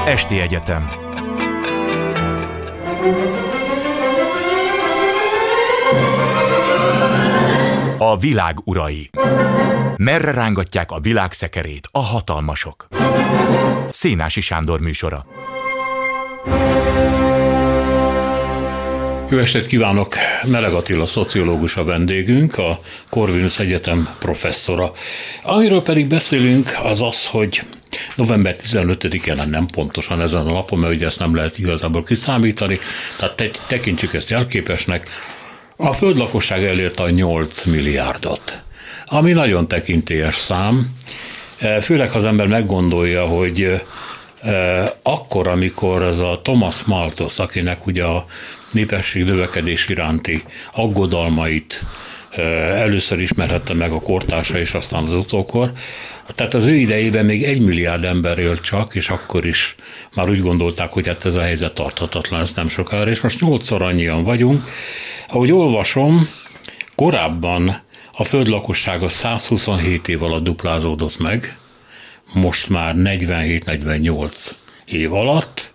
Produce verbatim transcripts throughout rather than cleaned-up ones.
Esti Egyetem. A világ urai. Merre rángatják a világ szekerét a hatalmasok? Szénási Sándor műsora. Jó estét kívánok! Meleg Attila szociológus a vendégünk, a Corvinus Egyetem professzora. Amiről pedig beszélünk, az az, hogy november tizenötödikén, nem pontosan ezen a napon, mert ugye ezt nem lehet igazából kiszámítani, tehát te- tekintsük ezt jelképesnek, a föld lakosság elérte a nyolc milliárdot, ami nagyon tekintélyes szám, főleg ha az ember meggondolja, hogy akkor, amikor ez a Thomas Malthus, akinek ugye a népesség növekedés iránti aggodalmait először ismerhette meg a kortársa és aztán az utókor, tehát az ő idejében még egy milliárd ember élt csak, és akkor is már úgy gondolták, hogy hát ez a helyzet tarthatatlan, ez nem sokára, és most nyolcszor annyian vagyunk. Ahogy olvasom, korábban a föld lakossága százhuszonhét év alatt duplázódott meg, most már negyvenhét-negyvennyolc év alatt,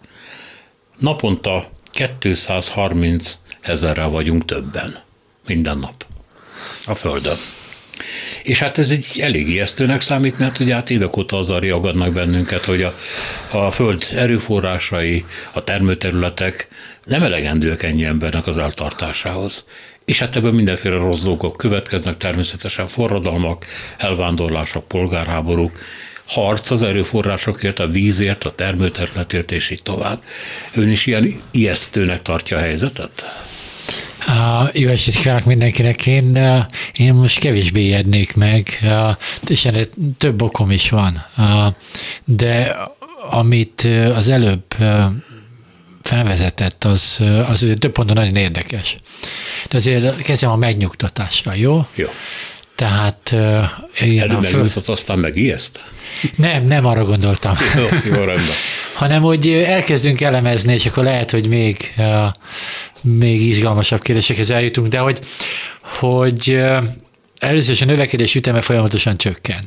naponta kétszázharminc ezerrel vagyunk többen, minden nap a Földön. És hát ez egy elég ijesztőnek számít, mert ugye hát évek óta azzal riagadnak bennünket, hogy a, a Föld erőforrásai, a termőterületek nem elegendőek ennyi embernek az eltartásához. És hát ebből mindenféle rossz dolgok következnek, természetesen forradalmak, elvándorlások, polgárháborúk, harc az erőforrásokért, a vízért, a termőterületért, és így tovább. Ön is ilyen ijesztőnek tartja a helyzetet? Uh, jó estét kívánok mindenkinek, én, uh, én most kevésbé ijednék meg, uh, és ennek több okom is van, uh, de amit uh, az előbb uh, felvezetett, az, uh, az ugye több ponton nagyon érdekes. De azért kezdem a megnyugtatással, jó? Jó. Tehát... Uh, Előbb megnyugtat, aztán meg ijeszt? Nem, nem arra gondoltam. Jó, jó rendben. Hanem, hogy elkezdünk elemezni, és akkor lehet, hogy még, uh, még izgalmasabb kérdésekhez eljutunk, de hogy, hogy uh, először is a növekedés üteme folyamatosan csökken.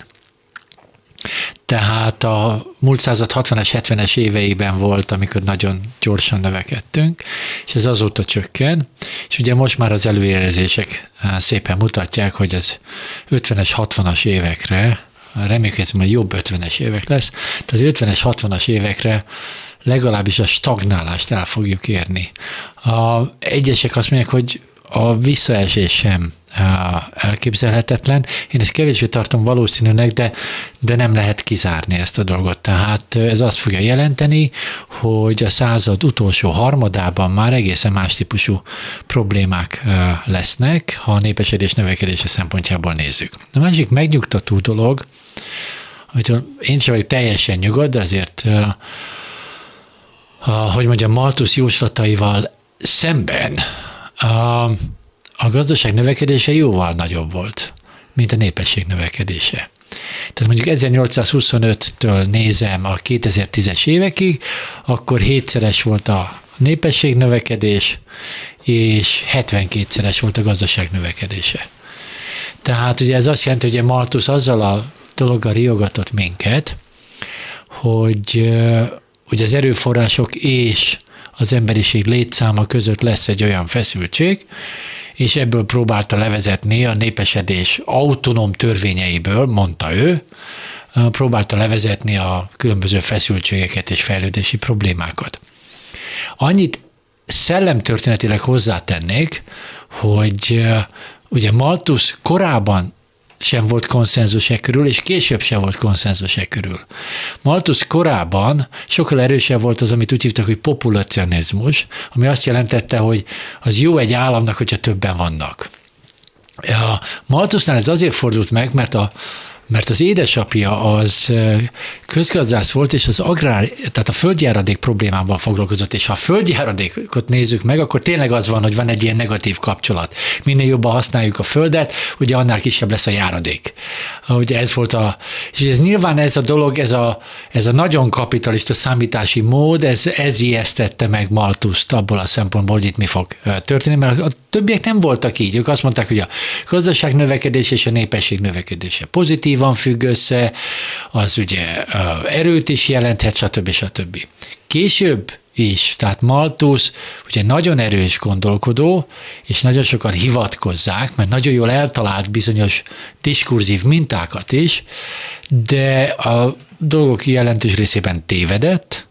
Tehát a múlt század hatvanas, hetvenes éveiben volt, amikor nagyon gyorsan növekedtünk, és ez azóta csökken, és ugye most már az előjelzések szépen mutatják, hogy az ötvenes, hatvanas évekre, remélkezem, hogy jobb ötvenes évek lesz, tehát az ötvenes, hatvanas évekre legalábbis a stagnálást el fogjuk érni. A egyesek azt mondják, hogy a visszaesés sem elképzelhetetlen. Én ezt kevésbé tartom valószínűnek, de, de nem lehet kizárni ezt a dolgot. Tehát ez azt fogja jelenteni, hogy a század utolsó harmadában már egészen más típusú problémák lesznek, ha a népesedés növekedése szempontjából nézzük. A másik megnyugtató dolog, amitől én sem vagyok teljesen nyugodt, de azért, hogy mondjam, Malthus jóslataival szemben a A gazdaság növekedése jóval nagyobb volt, mint a népesség növekedése. Tehát mondjuk ezernyolcszázhuszonöttől nézem a kétezer-tízes évekig, akkor hétszeres volt a népesség növekedés, és hetvenkétszeres volt a gazdaság növekedése. Tehát ugye ez azt jelenti, hogy Malthus azzal a dologgal riogatott minket, hogy ugye az erőforrások és az emberiség létszáma között lesz egy olyan feszültség, és ebből próbálta levezetni a népesedés autonóm törvényeiből, mondta ő, próbálta levezetni a különböző feszültségeket és fejlődési problémákat. Annyit szellemtörténetileg hozzátennék, hogy ugye Malthus korábban sem volt konszenzus e körül, és később sem volt konszenzus e körül. Malthus korábban sokkal erősebb volt az, amit úgy hívtak, hogy populacionizmus, ami azt jelentette, hogy az jó egy államnak, hogyha többen vannak. A Malthusnál ez azért fordult meg, mert a mert az édesapja az közgazdász volt, és az agrár, tehát a földjáradék problémával foglalkozott, és ha a földjáradékot nézzük meg, akkor tényleg az van, hogy van egy ilyen negatív kapcsolat. Minél jobban használjuk a földet, ugye annál kisebb lesz a járadék. Ugye ez volt a, és ez nyilván ez a dolog, ez a, ez a nagyon kapitalista számítási mód, ez, ez ijesztette meg Malthust abból a szempontból, hogy itt mi fog történni, mert a többiek nem voltak így. Ők azt mondták, hogy a gazdaság növekedés és a népesség növekedése pozitívan függ össze, az ugye erőt is jelenthet, stb. stb. Később is, tehát Malthus ugye nagyon erős gondolkodó, és nagyon sokan hivatkozzák, mert nagyon jól eltalált bizonyos diskurzív mintákat is, de a dolgok jelentős részében tévedett,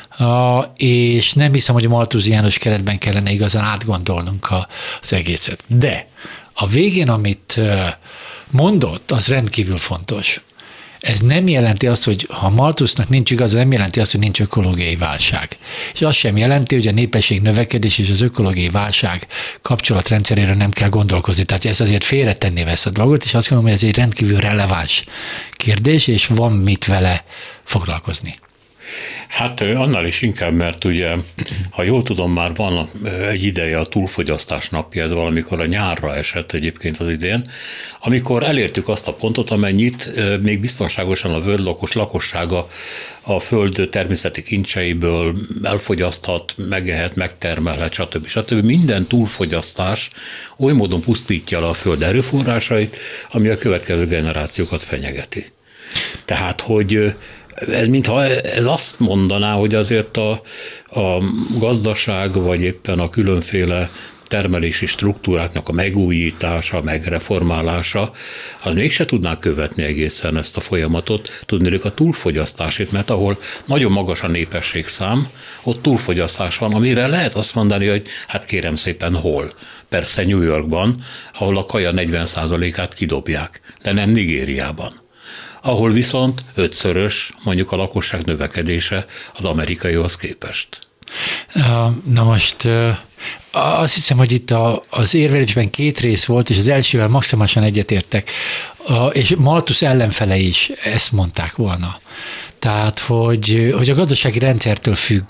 és nem hiszem, hogy a malthusiánus keretben kellene igazán átgondolnunk az egészet. De a végén, amit mondott, az rendkívül fontos. Ez nem jelenti azt, hogy ha Malthusnak nincs igaz, nem jelenti azt, hogy nincs ökológiai válság. És azt sem jelenti, hogy a népesség növekedés és az ökológiai válság kapcsolatrendszeréről nem kell gondolkozni. Tehát ez azért félretenné ezt a dolgot, és azt gondolom, hogy ez egy rendkívül releváns kérdés, és van mit vele foglalkozni. Hát annál is inkább, mert ugye, ha jól tudom, már van egy ideje a túlfogyasztás napja, ez valamikor a nyárra esett egyébként az idén, amikor elértük azt a pontot, amennyit még biztonságosan a völgylakos lakossága a föld természeti kincseiből elfogyaszthat, megehet, megtermelhet, stb. stb. Minden túlfogyasztás oly módon pusztítja le a föld erőforrásait, ami a következő generációkat fenyegeti. Tehát, hogy ez, mintha ez azt mondaná, hogy azért a, a gazdaság, vagy éppen a különféle termelési struktúráknak a megújítása, megreformálása, az mégse tudná követni egészen ezt a folyamatot, tudnék a túlfogyasztásét, mert ahol nagyon magas a népességszám, ott túlfogyasztás van, amire lehet azt mondani, hogy hát kérem szépen hol. Persze New Yorkban, ahol a kaja negyven százalékát kidobják, de nem Nigériában. Ahol viszont ötszörös mondjuk a lakosság növekedése az amerikaihoz képest. Na most azt hiszem, hogy itt az érvelésben két rész volt, és az elsővel maximálisan egyetértek, és Malthus ellenfele is ezt mondták volna. Tehát, hogy, hogy a gazdasági rendszertől függ,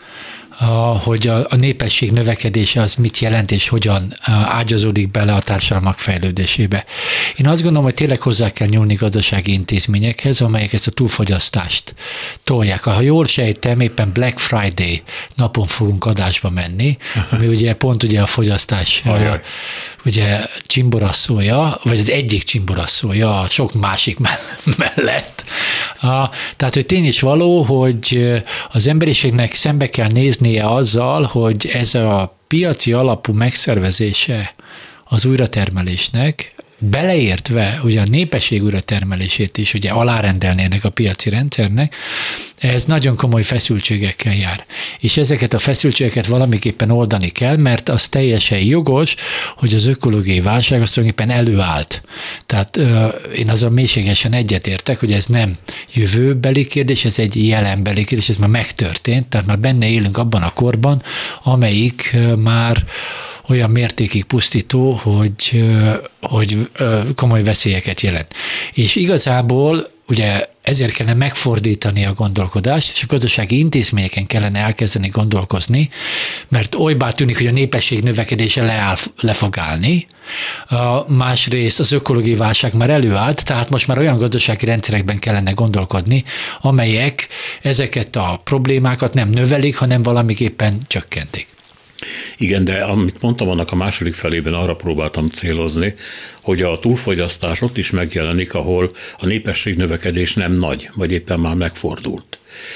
hogy a, a népesség növekedése az mit jelent, és hogyan ágyazódik bele a társadalmak fejlődésébe. Én azt gondolom, hogy tényleg hozzá kell nyúlni gazdasági intézményekhez, amelyek ezt a túlfogyasztást tolják. Ha jól sejtem, éppen Black Friday napon fogunk adásba menni, ami ugye pont ugye a fogyasztás Ajaj. ugye csimborasszója, vagy az egyik csimborasszója a sok másik mellett. Tehát, hogy tény is való, hogy az emberiségnek szembe kell néznie azzal, hogy ez a piaci alapú megszervezése az újratermelésnek, beleértve ugye a népesség újratermelését is ugye alárendelni ennek a piaci rendszernek, ez nagyon komoly feszültségekkel jár. És ezeket a feszültségeket valamiképpen oldani kell, mert az teljesen jogos, hogy az ökológiai válság az tulajdonképpen előállt. Tehát ö, én azon mélységesen egyetértek, hogy ez nem jövőbeli kérdés, ez egy jelenbeli kérdés, ez már megtörtént, tehát már benne élünk abban a korban, amelyik ö, már olyan mértékig pusztító, hogy, hogy komoly veszélyeket jelent. És igazából ugye ezért kellene megfordítani a gondolkodást, és a gazdasági intézményeken kellene elkezdeni gondolkozni, mert olybá tűnik, hogy a népesség növekedése leáll, le fog állni. Másrészt az ökológiai válság már előállt, tehát most már olyan gazdasági rendszerekben kellene gondolkodni, amelyek ezeket a problémákat nem növelik, hanem valamiképpen csökkentik. Igen, de amit mondtam, annak a második felében arra próbáltam célozni, hogy a túlfogyasztás ott is megjelenik, ahol a népesség növekedés nem nagy, vagy éppen már megfordult.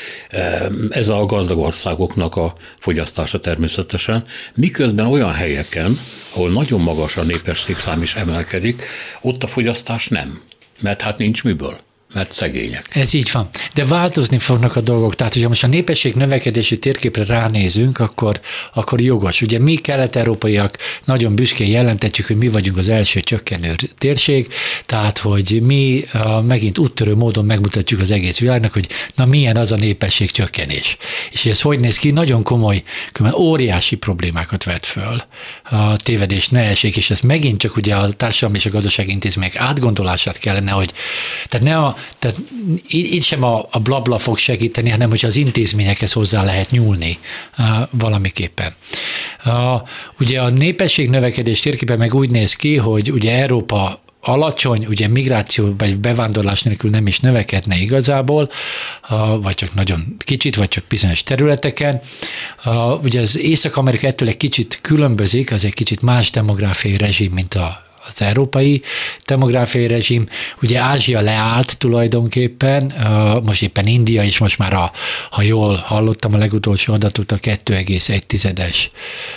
Ez a gazdag országoknak a fogyasztása természetesen, miközben olyan helyeken, ahol nagyon magas a népességszám is emelkedik, ott a fogyasztás nem, mert hát nincs miből. Mert szegények. Ez így van. De változni fognak a dolgok. Tehát, hogyha most a népesség növekedési térképre ránézünk, akkor, akkor jogos. Ugye mi kelet-európaiak nagyon büszkén jelentetjük, hogy mi vagyunk az első csökkenő térség, tehát, hogy mi uh, megint úttörő módon megmutatjuk az egész világnak, hogy na milyen az a népesség csökkenés. És ez hogy néz ki? Nagyon komoly, óriási problémákat vet föl. A tévedés ne esik, és ez megint csak ugye a társadalmi és a gazdasági intézmények átgondolását kellene, hogy tehát ne a Tehát itt sem a, a blabla fog segíteni, hanem hogyha az intézményekhez hozzá lehet nyúlni uh, valamiképpen. Uh, ugye a népesség növekedés térképen meg úgy néz ki, hogy ugye Európa alacsony, ugye migráció vagy bevándorlás nélkül nem is növekedne igazából, uh, vagy csak nagyon kicsit, vagy csak bizonyos területeken. Uh, ugye az Észak-Amerika ettől egy kicsit különbözik, az egy kicsit más demográfiai rezsim, mint a az európai demográfiai rezsim. Ugye Ázsia leállt tulajdonképpen, most éppen India is most már, a, ha jól hallottam a legutolsó adatot, a kettő egész egy tizedes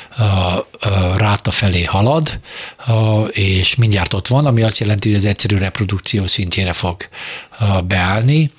ráta felé halad, és mindjárt ott van, ami azt jelenti, hogy az egyszerű reprodukció szintjére fog beállni.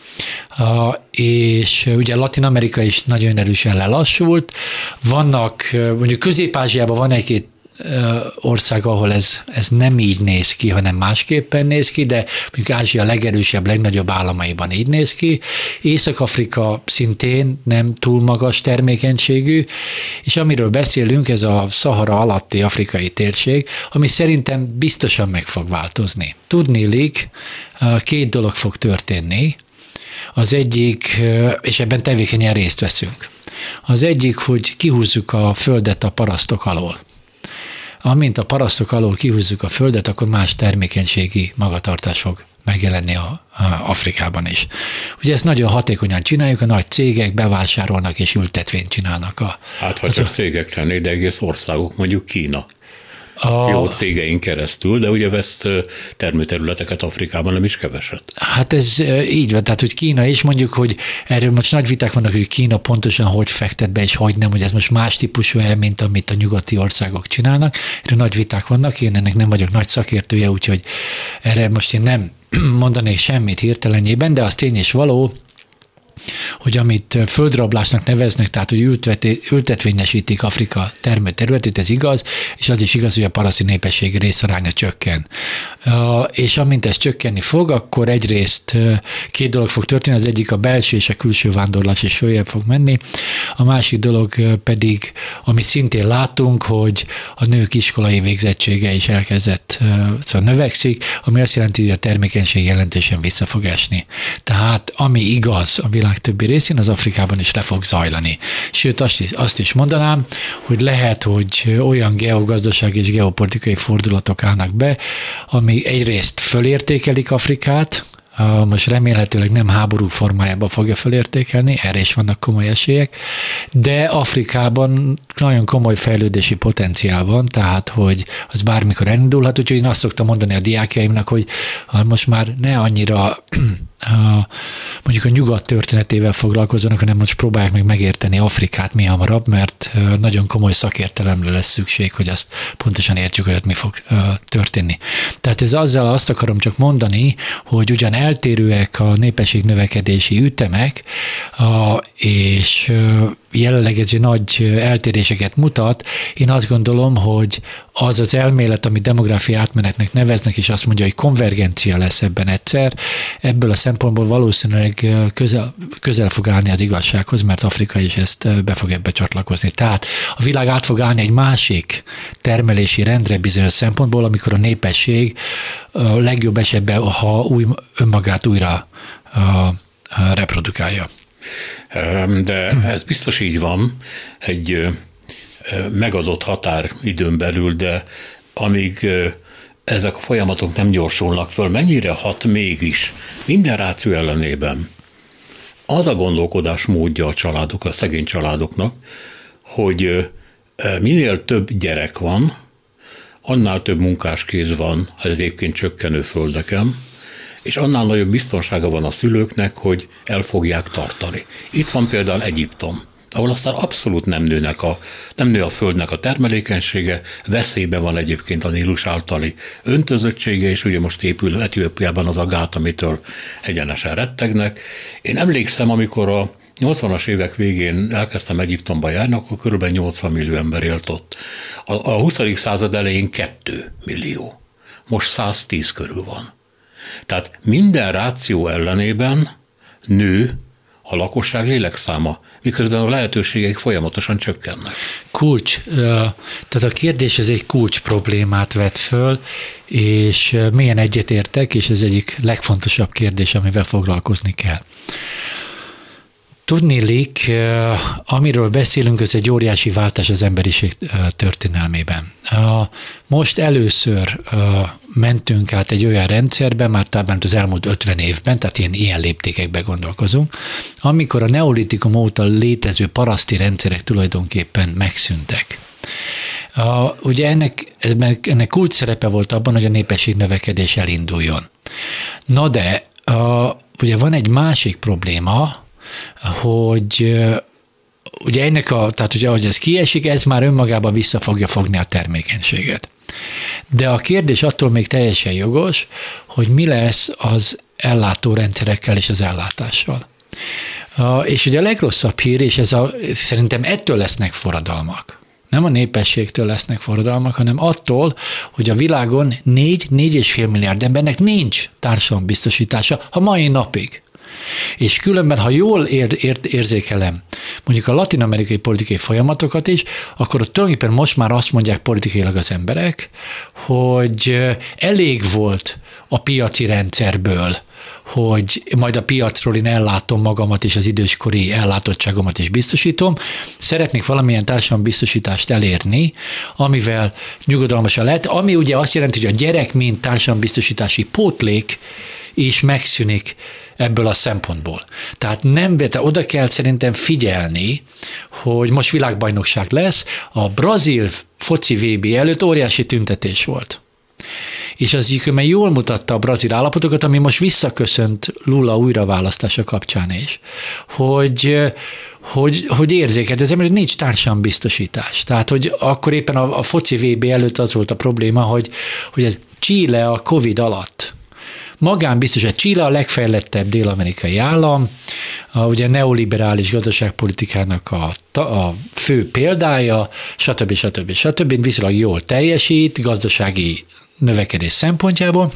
És ugye Latin Amerika is nagyon erősen lelassult. Vannak, mondjuk Közép-Ázsiában van egy-két ország, ahol ez, ez nem így néz ki, hanem másképpen néz ki, de mondjuk Ázsia legerősebb, legnagyobb államaiban így néz ki. Észak-Afrika szintén nem túl magas termékenységű, és amiről beszélünk, ez a Szahara alatti afrikai térség, ami szerintem biztosan meg fog változni. Tudniillik, két dolog fog történni. Az egyik, és ebben tevékenyen részt veszünk. Az egyik, hogy kihúzzuk a földet a parasztok alól. Amint a parasztok alól kihúzzuk a földet, akkor más termékenységi magatartás fog megjelenni a, a Afrikában is. Ugye ezt nagyon hatékonyan csináljuk, a nagy cégek bevásárolnak és ültetvényt csinálnak. A, hát ha csak a, cégek lennék, de egész országok, mondjuk Kína. A, jó cégeink keresztül, de ugye vesz termőterületeket Afrikában nem is keveset. Hát ez így van, tehát hogy Kína is, mondjuk, hogy erről most nagy viták vannak, hogy Kína pontosan hogy fektet be, és hogy nem, hogy ez most más típusú el, mint amit a nyugati országok csinálnak. Erről nagy viták vannak, én ennek nem vagyok nagy szakértője, úgyhogy erre most én nem mondanék semmit hirtelenjében, de az tény és való, hogy amit földrablásnak neveznek, tehát hogy ültetvényesítik Afrika termőterületét, ez igaz, és az is igaz, hogy a paraszti népesség részaránya csökken. És amint ez csökkenni fog, akkor egyrészt két dolog fog történni, az egyik a belső és a külső vándorlás is följebb fog menni, a másik dolog pedig, amit szintén látunk, hogy a nők iskolai végzettsége is elkezdett, szóval növekszik, ami azt jelenti, hogy a termékenység jelentősen vissza fog esni. Tehát ami igaz a világ többi részén, az Afrikában is le fog zajlani. Sőt, azt is, azt is mondanám, hogy lehet, hogy olyan geogazdasági és geopolitikai fordulatok állnak be, ami egyrészt fölértékelik Afrikát, most remélhetőleg nem háború formájában fogja fölértékelni, erre is vannak komoly esélyek, de Afrikában nagyon komoly fejlődési potenciál van, tehát, hogy az bármikor elindulhat, úgyhogy én azt szoktam mondani a diákjaimnak, hogy most már ne annyira mondjuk a nyugat történetével foglalkozzanak, hanem most próbálják meg megérteni Afrikát mi hamarabb, mert nagyon komoly szakértelemre lesz szükség, hogy azt pontosan értsük, hogy ott mi fog történni. Tehát ez azzal azt akarom csak mondani, hogy ugyan eltérőek a népességnövekedési ütemek, és jelenleg ez nagy eltéréseket mutat. Én azt gondolom, hogy az az elmélet, amit demográfiai átmenetnek neveznek, és azt mondja, hogy konvergencia lesz ebben egyszer, ebből a szempontból valószínűleg közel, közel fog állni az igazsághoz, mert Afrika is ezt be fog ebbe csatlakozni. Tehát a világ át fog állni egy másik termelési rendre bizonyos szempontból, amikor a népesség a legjobb esetben, ha új, önmagát újra a, a reprodukálja. De ez biztos így van, egy megadott határidőn belül, de amíg ezek a folyamatok nem gyorsulnak föl, mennyire hat mégis minden ráció ellenében az a gondolkodás módja a családok, a szegény családoknak, hogy minél több gyerek van, annál több munkáskéz van az egyébként csökkenő földeken, és annál nagyobb biztonsága van a szülőknek, hogy el fogják tartani. Itt van például Egyiptom, ahol aztán abszolút nem, nőnek a, nem nő a földnek a termelékenysége, veszélyben van egyébként a Nílus általi öntözöttsége, és ugye most épül Etiópiában az a gát, amitől egyenesen rettegnek. Én emlékszem, amikor a nyolcvanas évek végén elkezdtem Egyiptomba járni, akkor körülbelül nyolcvan millió ember élt ott. A, a huszadik század elején két millió. Most száztíz körül van. Tehát minden ráció ellenében nő a lakosság lélekszáma, miközben a lehetőségek folyamatosan csökkennek. Kulcs. Tehát a kérdés ez egy kulcs problémát vet föl, és milyen egyetértek, és ez egyik legfontosabb kérdés, amivel foglalkozni kell. Tudniillik, amiről beszélünk, ez egy óriási váltás az emberiség történelmében. Most először mentünk át egy olyan rendszerbe, már talán az elmúlt ötven évben, tehát ilyen, ilyen léptékekben gondolkozunk, amikor a neolitikum óta létező paraszti rendszerek tulajdonképpen megszűntek. A, ugye ennek, ennek kulcs szerepe volt abban, hogy a népesség növekedés elinduljon. Na de a, ugye van egy másik probléma, hogy ugye ennek a, tehát ugye ahogy ez kiesik, ez már önmagában vissza fogja fogni a termékenységet. De a kérdés attól még teljesen jogos, hogy mi lesz az ellátórendszerekkel és az ellátással. És ugye a legrosszabb hír, és ez a, szerintem ettől lesznek forradalmak. Nem a népességtől lesznek forradalmak, hanem attól, hogy a világon négy, négy és fél milliárd embernek nincs társadalombiztosítása a mai napig. És különben, ha jól ér, ér, érzékelem mondjuk a latin-amerikai politikai folyamatokat is, akkor ott tulajdonképpen most már azt mondják politikailag az emberek, hogy elég volt a piaci rendszerből, hogy majd a piacról én ellátom magamat és az időskori ellátottságomat is biztosítom. Szeretnék valamilyen társadalombiztosítást elérni, amivel nyugodalmasan lehet, ami ugye azt jelenti, hogy a gyerek mint társadalombiztosítási pótlék is megszűnik ebből a szempontból. Tehát nem, de oda kell szerintem figyelni, hogy most világbajnokság lesz. A brazil foci vé bé előtt óriási tüntetés volt. És az így jól mutatta a brazil állapotokat, ami most visszaköszönt Lula újraválasztása kapcsán is, hogy, hogy, hogy érzékelt, ez hogy nincs társadalombiztosítás. Tehát, hogy akkor éppen a, a foci vé bé előtt az volt a probléma, hogy, hogy Chile a Covid alatt magánbiztos, hogy Chile a legfejlettebb dél-amerikai állam, a, ugye neoliberális gazdaságpolitikának a, a fő példája, stb. stb. stb. Viszonylag jól teljesít, gazdasági növekedés szempontjából,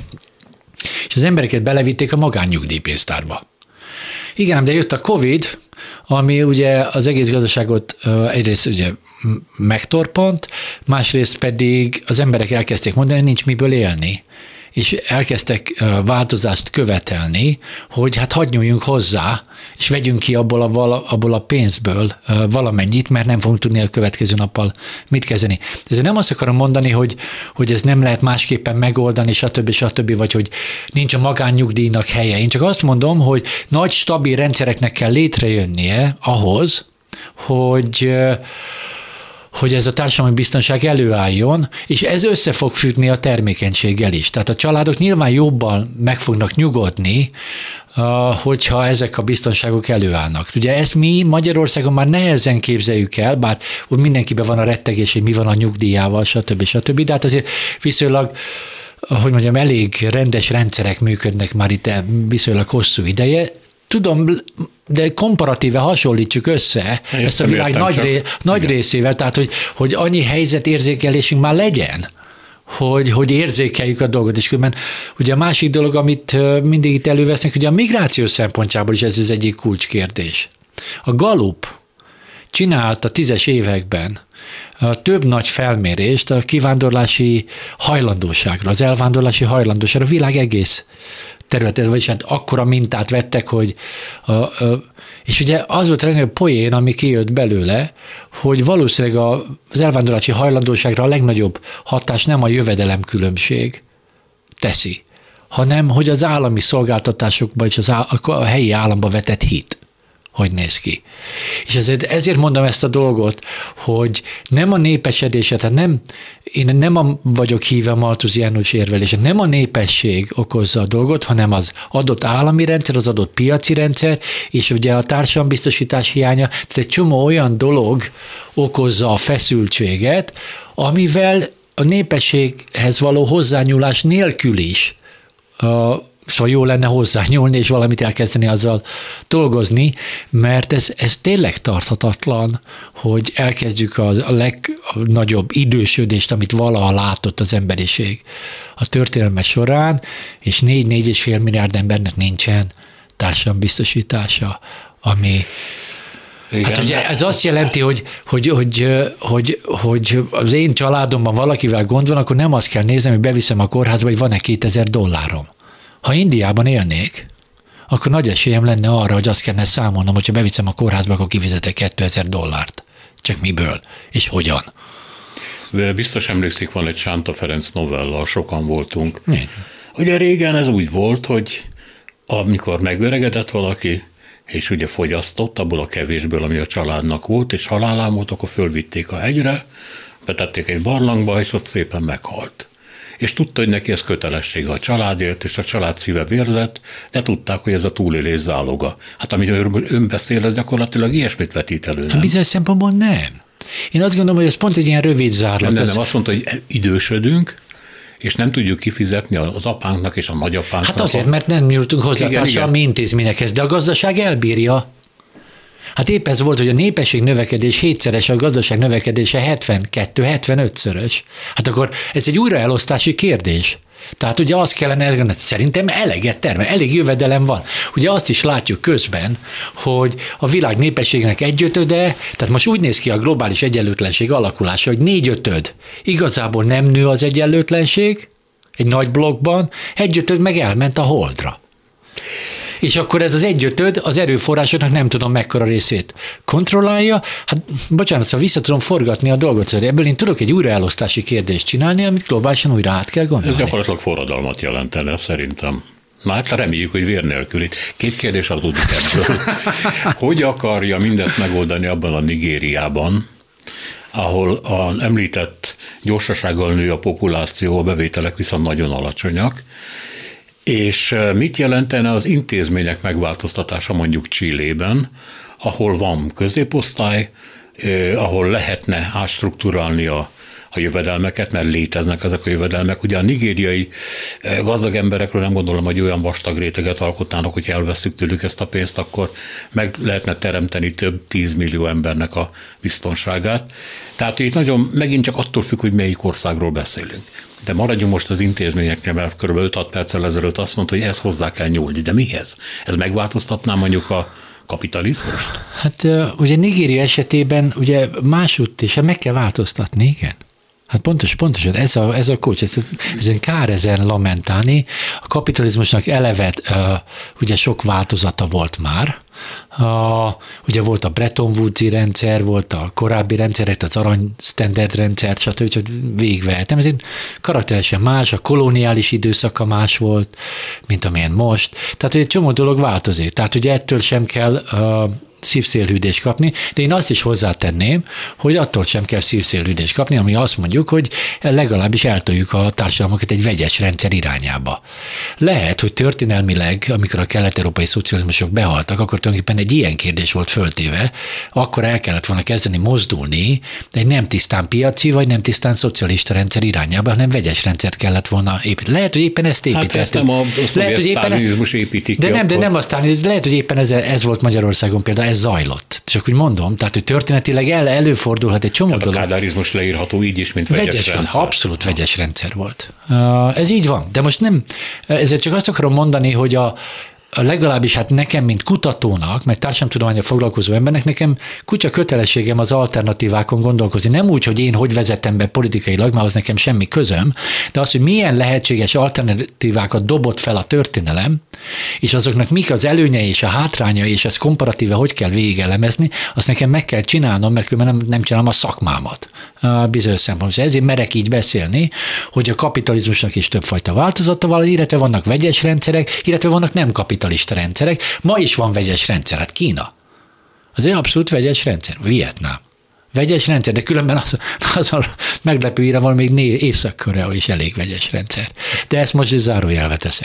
és az embereket belevitték a magánnyugdíjpénztárba. Igen, de jött a Covid, ami ugye az egész gazdaságot egyrészt ugye megtorpant, másrészt pedig az emberek elkezdték mondani, hogy nincs miből élni, és elkezdtek változást követelni, hogy hát hadd nyúljunk hozzá, és vegyünk ki abból a, abból a pénzből valamennyit, mert nem fogunk tudni a következő nappal mit kezdeni. Ezért nem azt akarom mondani, hogy, hogy ez nem lehet másképpen megoldani, stb. stb., vagy hogy nincs a magánnyugdíjnak helye. Én csak azt mondom, hogy nagy, stabil rendszereknek kell létrejönnie ahhoz, hogy hogy ez a társadalmi biztonság előálljon, és ez össze fog függni a termékenységgel is. Tehát a családok nyilván jobban meg fognak nyugodni, hogyha ezek a biztonságok előállnak. Ugye ezt mi Magyarországon már nehezen képzeljük el, bár úgy mindenkiben van a rettegés, hogy mi van a nyugdíjával, stb. stb. De hát azért viszonylag, hogy mondjam, elég rendes rendszerek működnek már itt viszonylag hosszú ideje. Tudom, de komparatíve hasonlítsuk össze Én ezt a világ nagy, ré, nagy részével, tehát hogy, hogy annyi helyzetérzékelésünk már legyen, hogy, hogy érzékeljük a dolgot. És különben ugye a másik dolog, amit mindig itt elővesznek, ugye a migráció szempontjából is ez az egyik kulcskérdés. A Gallup csinált a tízes években több nagy felmérést a kivándorlási hajlandóságra, az elvándorlási hajlandóságra, a világ egész területen, vagyis hát akkora mintát vettek, hogy a, a, és ugye az volt a poén, ami kijött belőle, hogy valószínűleg az elvándorlási hajlandóságra a legnagyobb hatás nem a jövedelemkülönbség teszi, hanem hogy az állami szolgáltatásokban és az á, a helyi államba vetett hit hogy néz ki. És ezért, ezért mondom ezt a dolgot, hogy nem a népesedése, tehát nem, én nem a, vagyok híve a malthusiánus érvelése, nem a népesség okozza a dolgot, hanem az adott állami rendszer, az adott piaci rendszer, és ugye a társadalombiztosítás hiánya, tehát egy csomó olyan dolog okozza a feszültséget, amivel a népességhez való hozzányúlás nélkül is a Szóval jó lenne hozzányúlni, és valamit elkezdeni azzal dolgozni, mert ez, ez tényleg tarthatatlan, hogy elkezdjük a, a legnagyobb idősödést, amit valaha látott az emberiség a történelme során, és négy-négy és fél milliárd embernek nincsen társadalombiztosítása, ami... Igen. Hát ugye ez azt jelenti, hogy, hogy, hogy, hogy, hogy az én családomban valakivel gond van, akkor nem azt kell néznem, hogy beviszem a kórházba, hogy van-e kétezer dollárom. Ha Indiában élnék, akkor nagy esélyem lenne arra, hogy azt kellene számolnom, hogyha beviszem a kórházba, akkor kifizetek kétezer dollárt. Csak miből? És hogyan? De biztos emlékszik, van egy Sánta Ferenc novella, sokan voltunk. Mi? Ugye régen ez úgy volt, hogy amikor megöregedett valaki, és ugye fogyasztott abból a kevésből, ami a családnak volt, és halálán volt, akkor fölvitték a hegyre, betették egy barlangba, és ott szépen meghalt. És tudta, hogy neki ez kötelessége a családért, és a család szíve vérzett, de tudták, hogy ez a túlélés záloga. Hát amit ön beszél, ez gyakorlatilag ilyesmit vetít elő, nem? Bizonyos szempontból nem. Én azt gondolom, hogy ez pont egy ilyen rövid zárlat. Nem, nem, ez... nem, azt mondta, hogy idősödünk, és nem tudjuk kifizetni az apánknak és a nagyapánknak. Hát azért, mert nem jutunk hozzá igen, társadalmi igen. intézményekhez, de a gazdaság elbírja. Hát épp ez volt, hogy a népesség növekedés hétszeres, a gazdaság növekedése hetvenkettő-hetvenötszörös. Hát akkor ez egy újraelosztási kérdés. Tehát ugye azt kellene, szerintem eleget termel, elég jövedelem van. Ugye azt is látjuk közben, hogy a világ népességnek egyötöde, tehát most úgy néz ki a globális egyenlőtlenség alakulása, hogy négyötöd igazából nem nő az egyenlőtlenség egy nagy blokkban, egyötöd meg elment a holdra. És akkor ez az egyötöd az erőforrásoknak nem tudom mekkora részét kontrollálja. Hát bocsánat, szóval vissza tudom forgatni a dolgot, szóval ebből én tudok egy újraelosztási kérdést csinálni, amit globálisan újra át kell gondolni. Ez gyakorlatilag forradalmat jelentene, szerintem. Már reméljük, hogy vér nélküli. Két kérdés adódik ebből. Hogy akarja mindezt megoldani abban a Nigériában, ahol az említett gyorsasággal nő a populáció, a bevételek viszont nagyon alacsonyak, és mit jelentene az intézmények megváltoztatása mondjuk Chilében, ahol van középosztály, eh, ahol lehetne átstruktúrálni a, a jövedelmeket, mert léteznek ezek a jövedelmek. Ugye a nigériai eh, gazdag emberekről nem gondolom, hogy olyan vastag réteget alkotnának, hogy elveszük tőlük ezt a pénzt, akkor meg lehetne teremteni több tízmillió embernek a biztonságát. Tehát itt nagyon megint csak attól függ, hogy melyik országról beszélünk. De maradjunk most az intézményeknél, mert kb. öt-hat perccel ezelőtt azt mondta, hogy ezt hozzá kell nyúlni. De mihez? Ez megváltoztatná mondjuk a kapitalizmust? Hát ugye Nigéria esetében ugye másútt is meg kell változtatni, igen. Hát pontos, pontosan ez a, ez a kulcs, ez, ezen kár ezen lamentálni. A kapitalizmusnak eleve uh, ugye sok változata volt már. Uh, ugye volt a Bretton Woods-i rendszer, volt a korábbi rendszerek, az arany standard rendszer, stb. Csak végigvehetem. Ez karakteresen más, a koloniális időszaka más volt, mint amilyen most. Tehát egy csomó dolog változik. Tehát ugye ettől sem kell uh, szívszélhűdést kapni, de én azt is hozzátenném, hogy attól sem kell szívszélhűdést kapni, ami azt mondjuk, hogy legalábbis eltoljuk a társadalmakat egy vegyes rendszer irányába. Lehet, hogy történelmileg, amikor a kelet-európai szocializmusok behaltak, akkor tulajdonképpen egy ilyen kérdés volt föltéve, akkor el kellett volna kezdeni mozdulni egy nem tisztán piaci, vagy nem tisztán szocialista rendszer irányába, hanem vegyes rendszert kellett volna építeni. Lehet, hogy éppen ezt építettük. Hát ezt nem a sztálinizmus építik de ki, nem, akkor... de nem a sztálinizmus, lehet, hogy éppen ez, ez volt Magyarországon például, ez zajlott. Csak úgy mondom, tehát, hogy történetileg el, előfordulhat egy csomó tehát dolog. A kádárizmus leírható így is, mint vegyes, vegyes rendszer. Abszolút vegyes rendszer volt. Ez így van, de most nem, ezért csak azt akarom mondani, hogy a legalábbis hát nekem, mint kutatónak, meg társadalomtudománnyal foglalkozó embernek, nekem kutya kötelességem az alternatívákon gondolkozni. Nem úgy, hogy én hogy vezetem be politikailag, már az nekem semmi közöm, de az, hogy milyen lehetséges alternatívákat dobott fel a történelem, és azoknak mik az előnyei és a hátrányai, és ezt komparatíve hogy kell végigelemezni, azt nekem meg kell csinálnom, mert különben nem, nem csinálom a szakmámat. Bizonyos szempontból. Ezért merek így beszélni, hogy a kapitalizmusnak is többfajta változata van, illetve vannak vegyes rendszerek, illetve vannak nem kapitalista rendszerek. Ma is van vegyes rendszer, hát Kína. Az egy abszolút vegyes rendszer. Vietnám. Vegyes rendszer, de különben az, az a meglepőire van még Észak-Korea is elég vegyes rendszer. De ezt most is zárójelbe teszem.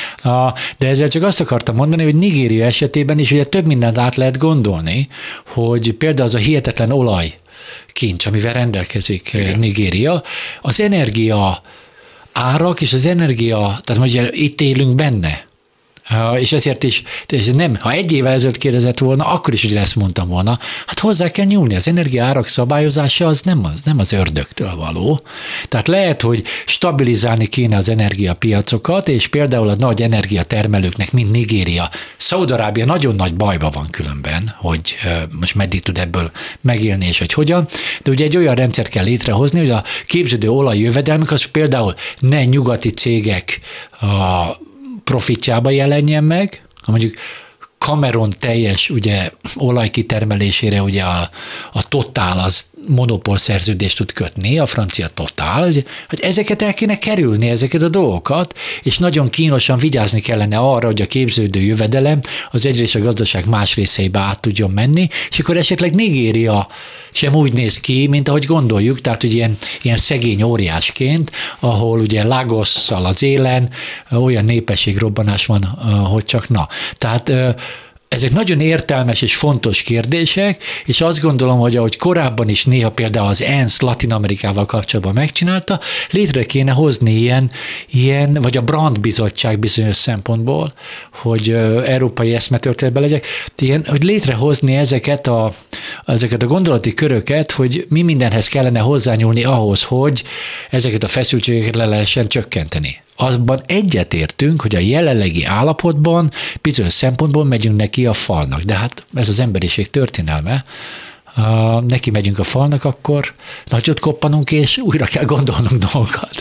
De ezzel csak azt akartam mondani, hogy Nigéria esetében is ugye több mindent át lehet gondolni, hogy például az a hihetetlen olaj kincs, amivel rendelkezik igen. Nigéria, az energia árak és az energia, tehát ugye itt élünk benne, és ezért is, nem, ha egy évvel ezelőtt kérdezett volna, akkor is ugye ezt mondtam volna, hát hozzá kell nyúlni, az energiaárak szabályozása az nem az, nem az ördögtől való. Tehát lehet, hogy stabilizálni kéne az energiapiacokat, és például a nagy energiatermelőknek, mint Nigéria, Szaúd-Arábia nagyon nagy bajba van különben, hogy most meddig tud ebből megélni, és hogy hogyan, de ugye egy olyan rendszert kell létrehozni, hogy a képződő olajjövedelmek, az például ne nyugati cégek a profitjába jelenjen meg, ha mondjuk Cameron teljes ugye olajkitermelésére ugye a, a Total az monopól szerződést tud kötni, a francia Total, hogy, hogy ezeket el kéne kerülni, ezeket a dolgokat, és nagyon kínosan vigyázni kellene arra, hogy a képződő jövedelem az egyrészt a gazdaság más részeibe át tudjon menni, és akkor esetleg Nigéria sem úgy néz ki, mint ahogy gondoljuk, tehát hogy ilyen, ilyen szegény óriásként, ahol ugye Lagosszal az élen olyan népességrobbanás van, hogy csak na. Tehát ezek nagyon értelmes és fontos kérdések, és azt gondolom, hogy ahogy korábban is néha például az ENSZ Latin Amerikával kapcsolatban megcsinálta, létre kéne hozni ilyen, ilyen vagy a Brand Bizottság bizonyos szempontból, hogy európai eszmetörténetben legyek, ilyen, hogy létrehozni ezeket a, ezeket a gondolati köröket, hogy mi mindenhez kellene hozzányúlni ahhoz, hogy ezeket a feszültségeket le lehessen csökkenteni. Azban egyetértünk, hogy a jelenlegi állapotban bizonyos szempontból megyünk neki a falnak, de hát ez az emberiség történelme, ha neki megyünk a falnak, akkor nagyot koppanunk, és újra kell gondolnunk dolgokat.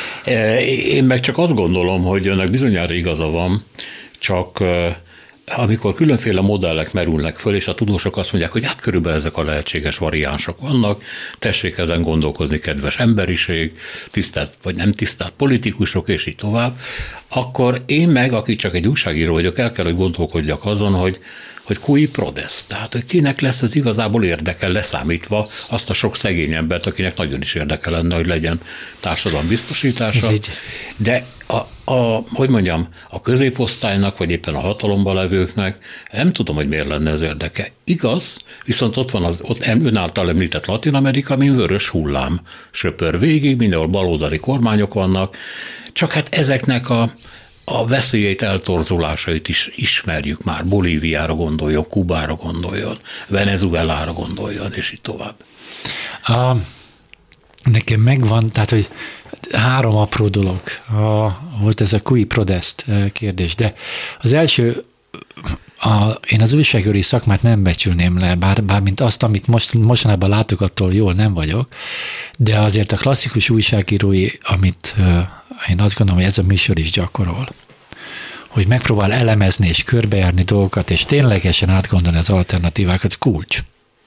Én meg csak azt gondolom, hogy önnek bizonyára igaza van, csak amikor különféle modellek merülnek föl, és a tudósok azt mondják, hogy hát körülbelül ezek a lehetséges variánsok vannak, tessék ezen gondolkozni, kedves emberiség, tisztelt vagy nem tisztelt politikusok, és így tovább, akkor én meg, aki csak egy újságíró vagyok, el kell, hogy gondolkodjak azon, hogy hogy cui prodest, tehát hogy kinek lesz ez igazából érdeke, leszámítva azt a sok szegény embert, akinek nagyon is érdeke lenne, hogy legyen társadalom biztosítása. De a, a, hogy mondjam, a középosztálynak, vagy éppen a hatalomban levőknek nem tudom, hogy miért lenne ez érdeke. Igaz, viszont ott van az ott ön által említett Latin Amerika, mint vörös hullám söpör végig, mindenhol baloldali kormányok vannak, csak hát ezeknek a a veszélyeit, eltorzulásait is ismerjük már. Bolíviára gondoljon, Kubára gondoljon, Venezuelára gondoljon, és így tovább. A, nekem megvan, tehát, hogy három apró dolog. A, volt ez a cui prodest kérdés, de az első, a, én az újságírói szakmát nem becsülném le, bár, bár mint azt, amit most, mostanában látok, attól jól nem vagyok, de azért a klasszikus újságírói, amit én azt gondolom, hogy ez a műsor is gyakorol, hogy megpróbál elemezni és körbejárni dolgokat, és ténylegesen átgondolni az alternatívákat, kulcs.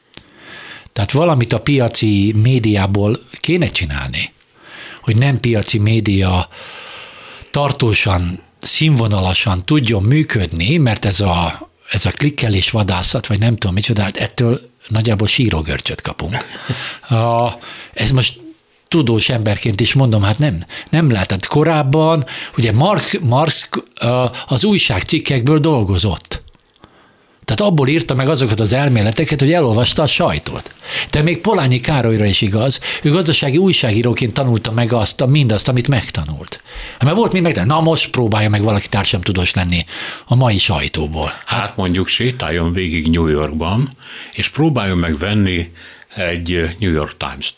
Tehát valamit a piaci médiából kéne csinálni, hogy nem piaci média tartósan, színvonalasan tudjon működni, mert ez a, ez a klikkelés vadászat, vagy nem tudom micsoda, hát ettől nagyjából sírógörcsöt kapunk. A, ez most tudós emberként is mondom, hát nem, nem lehetett. Korábban ugye Marx, Marx az újságcikkekből dolgozott. Tehát abból írta meg azokat az elméleteket, hogy elolvasta a sajtót. De még Polányi Károlyra is igaz, ő gazdasági újságíróként tanulta meg azt, mindazt, amit megtanult. Mert volt mind meg, na most próbálja meg valaki társadalomtudós lenni a mai sajtóból. Hát mondjuk sétáljon végig New Yorkban, és próbáljon meg venni egy New York Times-t.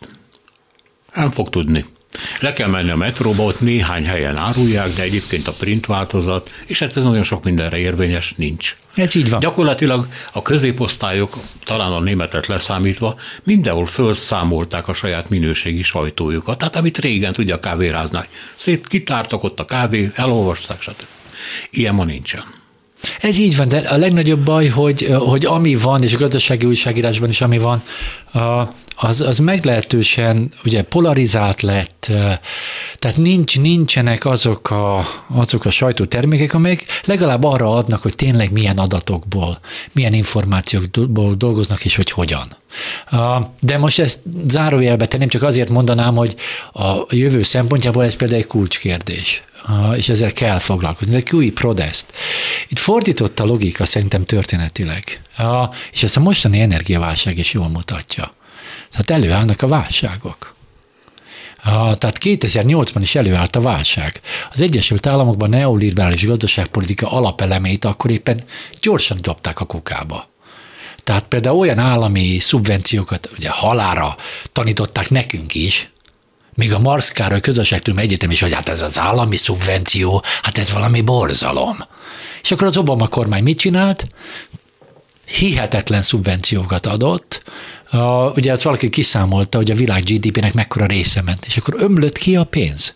Nem fog tudni. Le kell menni a metróba, ott néhány helyen árulják, de egyébként a print változat, és hát ez nagyon sok mindenre érvényes, nincs. Ez így van. Gyakorlatilag a középosztályok, talán a németet leszámítva, mindenhol felszámolták a saját minőségi sajtójukat. Tehát amit régen tudja a kávéráznál. Szét kitártak ott a kávé, elolvasták, stb. Ilyen ma nincsen. Ez így van, de a legnagyobb baj, hogy, hogy ami van, és a gazdasági újságírásban is ami van, az, az meglehetősen ugye polarizált lett, tehát nincs, nincsenek azok a, azok a sajtótermékek, amelyek legalább arra adnak, hogy tényleg milyen adatokból, milyen információkból dolgoznak, és hogy hogyan. De most ezt zárójelbe tenném, csak azért mondanám, hogy a jövő szempontjából ez például egy kulcskérdés, és ezzel kell foglalkozni. De cui prodest. Itt fordított a logika szerintem történetileg, és ezt a mostani energiaválság is jól mutatja. Tehát előállnak a válságok. Tehát kétezer-nyolcban is előállt a válság. Az Egyesült Államokban neoliberális gazdaságpolitika alapelemeit akkor éppen gyorsan dobták a kukába. Tehát például olyan állami szubvenciókat, ugye halálra tanították nekünk is, még a Marx Károly Közösségtudományi Egyetem is, hogy hát ez az állami szubvenció, hát ez valami borzalom. És akkor az Obama kormány mit csinált? Hihetetlen szubvenciókat adott. Uh, ugye az valaki kiszámolta, hogy a világ gé dé pének mekkora része ment, és akkor ömlött ki a pénz.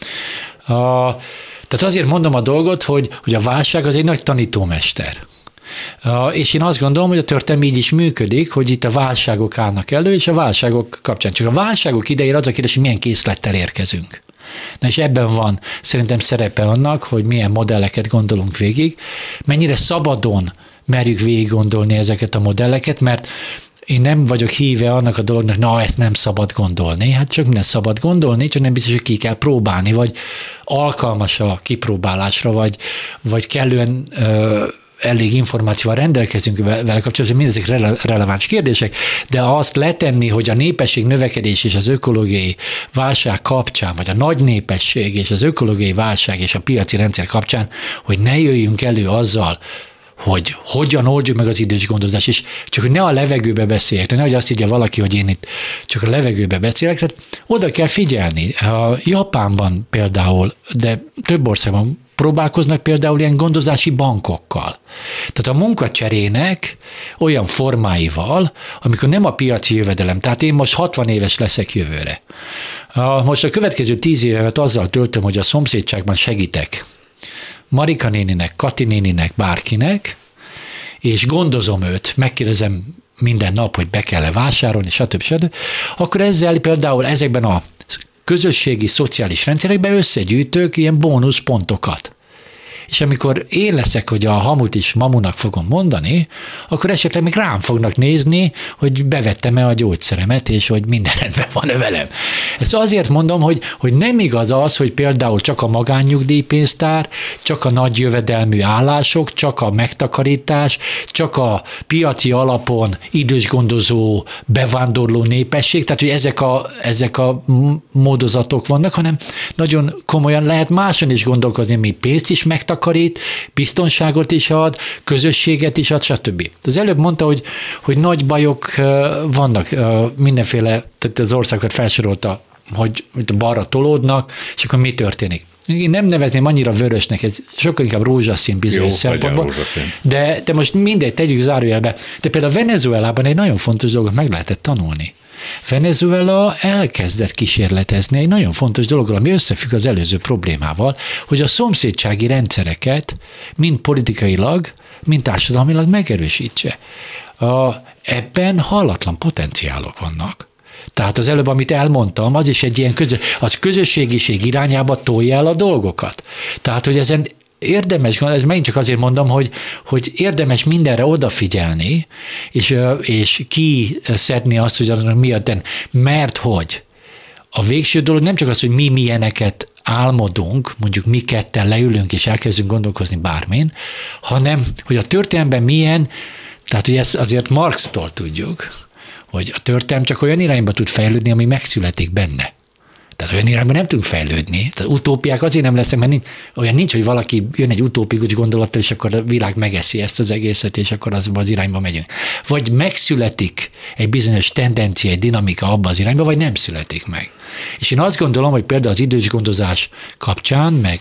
Uh, tehát azért mondom a dolgot, hogy, hogy a válság az egy nagy tanítómester. És én azt gondolom, hogy a történelem így is működik, hogy itt a válságok állnak elő, és a válságok kapcsán csak a válságok idejére az a kérdés, hogy milyen készlettel érkezünk. Na és ebben van szerintem szerepe annak, hogy milyen modelleket gondolunk végig, mennyire szabadon merjük végig gondolni ezeket a modelleket, mert én nem vagyok híve annak a dolognak, na ezt nem szabad gondolni, hát csak minden szabad gondolni, csak nem biztos, hogy ki kell próbálni, vagy alkalmas a kipróbálásra, vagy, vagy kellően ö, elég információval rendelkezünk vele kapcsolatban, mindezek rele- releváns kérdések, de azt letenni, hogy a népesség növekedés és az ökológiai válság kapcsán, vagy a nagy népesség és az ökológiai válság és a piaci rendszer kapcsán, hogy ne jöjjünk elő azzal, hogy hogyan oldjuk meg az idős gondozást, és csak hogy ne a levegőbe beszéljek, nehogy azt higgye valaki, hogy én itt csak a levegőbe beszélek, tehát oda kell figyelni. A Japánban például, de több országban próbálkoznak például ilyen gondozási bankokkal. Tehát a munkacserének olyan formáival, amikor nem a piaci jövedelem, tehát én most hatvan éves leszek jövőre. Most a következő tíz évet azzal töltöm, hogy a szomszédságban segítek Marika néninek, Kati néninek, bárkinek, és gondozom őt, megkérdezem minden nap, hogy be kell-e vásárolni, stb. stb. Akkor ezzel például ezekben a közösségi, szociális rendszerekben összegyűjtök ilyen bónuszpontokat. És amikor én leszek, hogy a hamut is mamunak fogom mondani, akkor esetleg még rám fognak nézni, hogy bevettem-e a gyógyszeremet, és hogy minden rendben van-e velem. Ezt azért mondom, hogy, hogy nem igaz az, hogy például csak a magánnyugdíjpénztár, csak a nagy jövedelmű állások, csak a megtakarítás, csak a piaci alapon idősgondozó, bevándorló népesség, tehát hogy ezek a, ezek a módozatok vannak, hanem nagyon komolyan lehet máson is gondolkozni, mi pénzt is megtakarít, biztonságot is ad, közösséget is ad, stb. Az előbb mondta, hogy, hogy nagy bajok vannak, mindenféle, tehát az országokat felsorolta, hogy balra tolódnak, és akkor mi történik. Én nem nevezném annyira vörösnek, ez sokkal inkább rózsaszín bizonyos szempontból, de, de most mindegy, tegyük zárójelbe. De például Venezuelában egy nagyon fontos dolgot meg lehetett tanulni. Venezuela elkezdett kísérletezni egy nagyon fontos dologról, ami összefügg az előző problémával, hogy a szomszédsági rendszereket mind politikailag, mind társadalmilag megerősítse. A, ebben hallatlan potenciálok vannak. Tehát az előbb, amit elmondtam, az is egy ilyen közö, az közösségiség irányába tolja el a dolgokat. Tehát, hogy ezen érdemes, ez megint csak azért mondom, hogy, hogy érdemes mindenre odafigyelni, és, és kiszedni azt, hogy annak mi a ten, mert hogy a végső dolog nem csak az, hogy mi milyeneket álmodunk, mondjuk mi ketten leülünk és elkezdünk gondolkozni bármin, hanem, hogy a történelemben milyen, tehát hogy ezt azért Marxtól tudjuk, hogy a történelem csak olyan irányba tud fejlődni, ami megszületik benne. Tehát olyan irányban nem tudunk fejlődni. Tehát utópiák azért nem lesznek, mert nincs, olyan nincs, hogy valaki jön egy utópikus gondolattal, és akkor a világ megeszi ezt az egészet, és akkor azba az irányba megyünk. Vagy megszületik egy bizonyos tendencia, egy dinamika abba az irányba, vagy nem születik meg. És én azt gondolom, hogy például az idős gondozás kapcsán, meg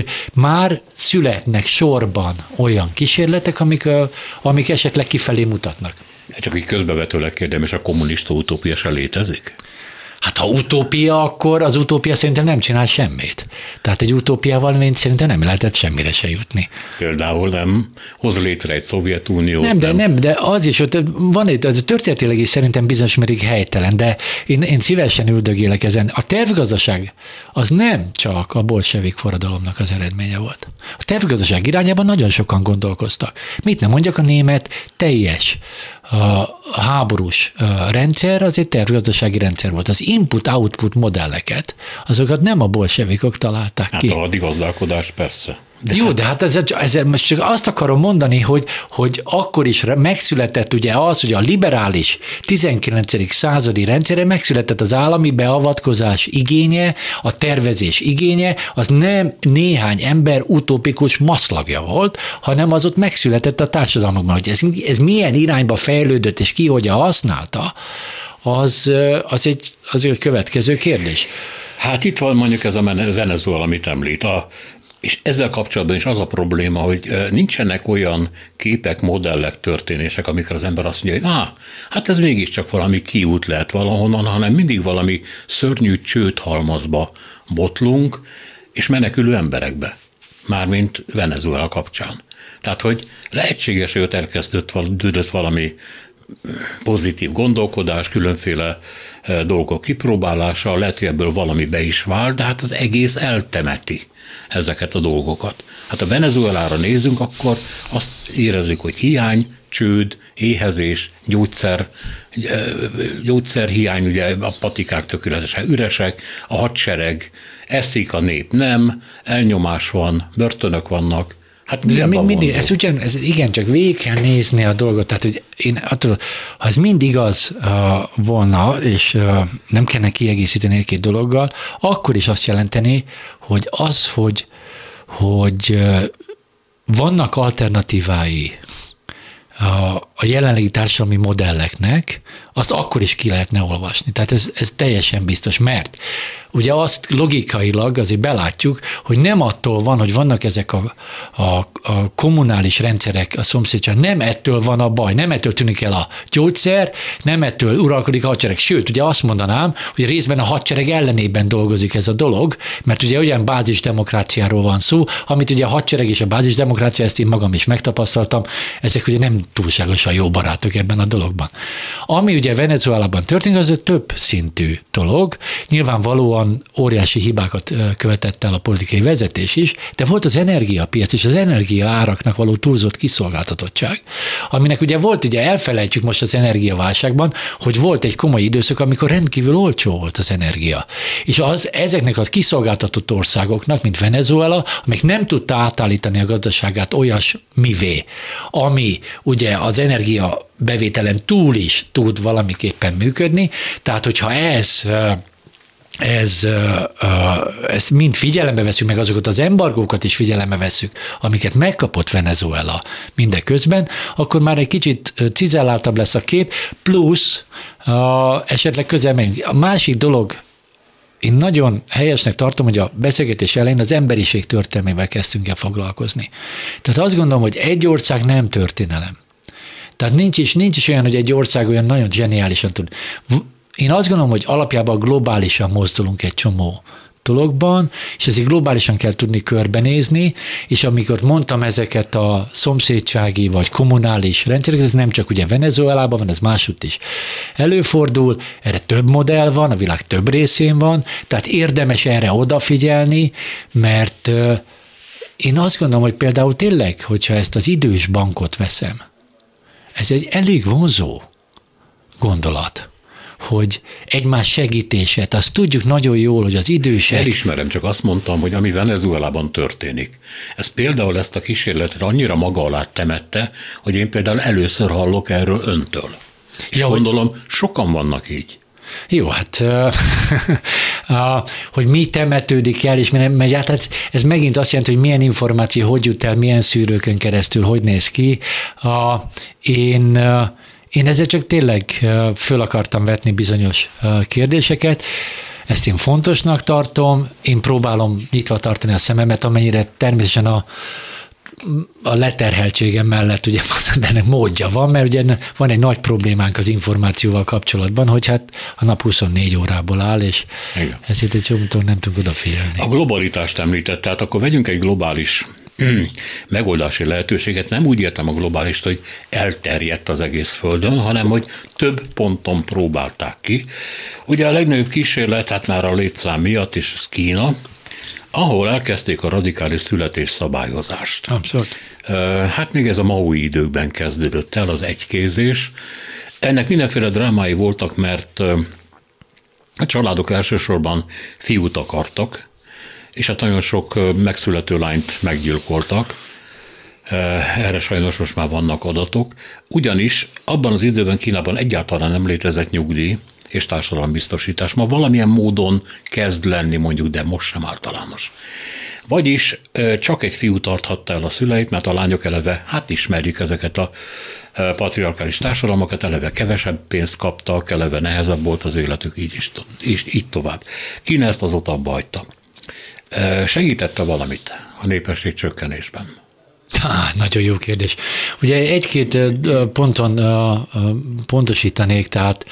már születnek sorban olyan kísérletek, amik, amik esetleg kifelé mutatnak. Csak így közbevetőleg kérdem, és a kommunista utópia se létezik? Hát ha utópia, akkor az utópia szerintem nem csinál semmit. Tehát egy utópiával mint szerintem nem lehetett semmire se jutni. Például nem hoz létre egy Szovjetunió. Nem, de, nem. nem, de az is, hogy van egy, az történetileg is szerintem bizonyos mérig helytelen, de én, én szívesen üldögélek ezen. A tervgazdaság az nem csak a bolsevik forradalomnak az eredménye volt. A tervgazdaság irányában nagyon sokan gondolkoztak. Mit nem mondjak, a német teljes a háborús rendszer az egy tervgazdasági rendszer volt. Az input-output modelleket, azokat nem a bolsevikok találták hát ki. Hát a hadigazdálkodás persze. De Jó, de hát ezzel, ezzel most csak azt akarom mondani, hogy, hogy akkor is megszületett ugye az, hogy a liberális tizenkilencedik századi rendszere megszületett az állami beavatkozás igénye, a tervezés igénye, az nem néhány ember utópikus maszlagja volt, hanem az ott megszületett a társadalmakban, hogy ez, ez milyen irányba fejlődött, és ki hogyan használta, az, az, egy, az egy következő kérdés. Hát itt van mondjuk ez a Venezuela, amit említ. A És ezzel kapcsolatban is az a probléma, hogy nincsenek olyan képek, modellek, történések, amikor az ember azt mondja, hogy ah, hát ez mégiscsak valami kiút lehet valahonnan, hanem mindig valami szörnyű csőthalmazba botlunk, és menekülő emberekbe, mármint Venezuela kapcsán. Tehát, hogy lehetséges, hogy ott elkezdődött valami pozitív gondolkodás, különféle dolgok kipróbálása, lehet, hogy ebből valami be is vált, de hát az egész eltemeti ezeket a dolgokat. Hát ha Venezuelára nézünk, akkor azt érezzük, hogy hiány, csőd, éhezés, gyógyszer, gyógyszerhiány, ugye a patikák tökéletesen üresek, a hadsereg, eszik a nép, nem, elnyomás van, börtönök vannak. Hát de mind, mindig, ez ugyan, ez igen, csak végig kell nézni a dolgot, tehát hogy én attól, ha ez mind igaz uh, volna, és uh, nem kellene kiegészíteni egy-két dologgal, akkor is azt jelenteni, hogy az, hogy, hogy uh, vannak alternatívái a, a jelenlegi társadalmi modelleknek, azt akkor is ki lehetne olvasni. Tehát ez, ez teljesen biztos, mert ugye azt logikailag azért belátjuk, hogy nem attól van, hogy vannak ezek a, a, a kommunális rendszerek a szomszédság, nem ettől van a baj, nem ettől tűnik el a gyógyszer, nem ettől uralkodik a hadsereg. Sőt, ugye azt mondanám, hogy részben a hadsereg ellenében dolgozik ez a dolog, mert ugye olyan bázisdemokráciáról van szó, amit ugye a hadsereg és a bázisdemokrácia, ezt én magam is megtapasztaltam, ezek ugye nem túlságosan jó barátok ebben a dologban. Ami ugye Venezuelában történik, az egy több szintű dolog. Nyilvánvalóan óriási hibákat követett el a politikai vezetés is, de volt az energiapiac és az energiaáraknak való túlzott kiszolgáltatottság, aminek ugye volt, ugye elfelejtjük most az energiaválságban, hogy volt egy komoly időszak, amikor rendkívül olcsó volt az energia. És az, ezeknek a kiszolgáltatott országoknak, mint Venezuela, amik nem tudta átállítani a gazdaságát olyas mivé, ami ugye az energia bevételen túl is tud valamiképpen működni, tehát hogyha ez Ez, ezt mind figyelembe veszünk, meg azokat az embargókat is figyelembe veszünk, amiket megkapott Venezuela mindeközben, akkor már egy kicsit cizelláltabb lesz a kép, plusz esetleg közel megyünk. A másik dolog, én nagyon helyesnek tartom, hogy a beszélgetés elején az emberiség történelmével kezdtünk el foglalkozni. Tehát azt gondolom, hogy egy ország nem történelem. Tehát nincs is, nincs is olyan, hogy egy ország olyan nagyon zseniálisan tud. Én azt gondolom, hogy alapjában globálisan mozdulunk egy csomó dologban, és ezért globálisan kell tudni körbenézni, és amikor mondtam ezeket a szomszédsági vagy kommunális rendszereket, ez nem csak ugye Venezuelában van, ez másutt is előfordul, erre több modell van, a világ több részén van, tehát érdemes erre odafigyelni, mert én azt gondolom, hogy például tényleg, hogyha ezt az idős bankot veszem, ez egy elég vonzó gondolat, hogy egymás segítését, azt tudjuk nagyon jól, hogy az idősek... Elismerem, csak azt mondtam, hogy ami Venezuelában történik. Ez például ezt a kísérletet annyira maga alá temette, hogy én például először hallok erről öntől. És ja, gondolom, hogy... sokan vannak így. Jó, hát, hogy mi temetődik el, és mi nem megy át, hát ez megint azt jelenti, hogy milyen információ, hogy jut el, milyen szűrőkön keresztül, hogy néz ki. Én... Én ezzel csak tényleg föl akartam vetni bizonyos kérdéseket, ezt én fontosnak tartom, én próbálom nyitva tartani a szememet, amennyire természetesen a, a leterheltségem mellett ugye az embernek módja van, mert ugye van egy nagy problémánk az információval kapcsolatban, hogy hát a nap huszonnégy órából áll, és igen, ezért egy csomótól nem tudunk odafigyelni. A globalitást említett, tehát akkor vegyünk egy globális megoldási lehetőséget. Nem úgy értem a globálist, hogy elterjedt az egész Földön, hanem hogy több ponton próbálták ki. Ugye a legnagyobb kísérlet, hát már a létszám miatt is, ez Kína, ahol elkezdték a radikális születésszabályozást. Abszolút. Hát még ez a maói időkben kezdődött el, az egykézés. Ennek mindenféle drámái voltak, mert a családok elsősorban fiút akartak, és hát nagyon sok megszülető lányt meggyilkoltak. Erre sajnos most már vannak adatok. Ugyanis abban az időben Kínában egyáltalán nem létezett nyugdíj és társadalombiztosítás. Ma valamilyen módon kezd lenni mondjuk, de most sem általános. Vagyis csak egy fiú tarthatta el a szüleit, mert a lányok eleve, hát ismerjük ezeket a patriarkális társadalmakat, eleve kevesebb pénzt kaptak, eleve nehezebb volt az életük, így, is, így, így tovább. Kína ezt azóta abba hagyta. Segítette valamit a népesség csökkenésben? Há, nagyon jó kérdés. Ugye egy-két ponton pontosítanék, tehát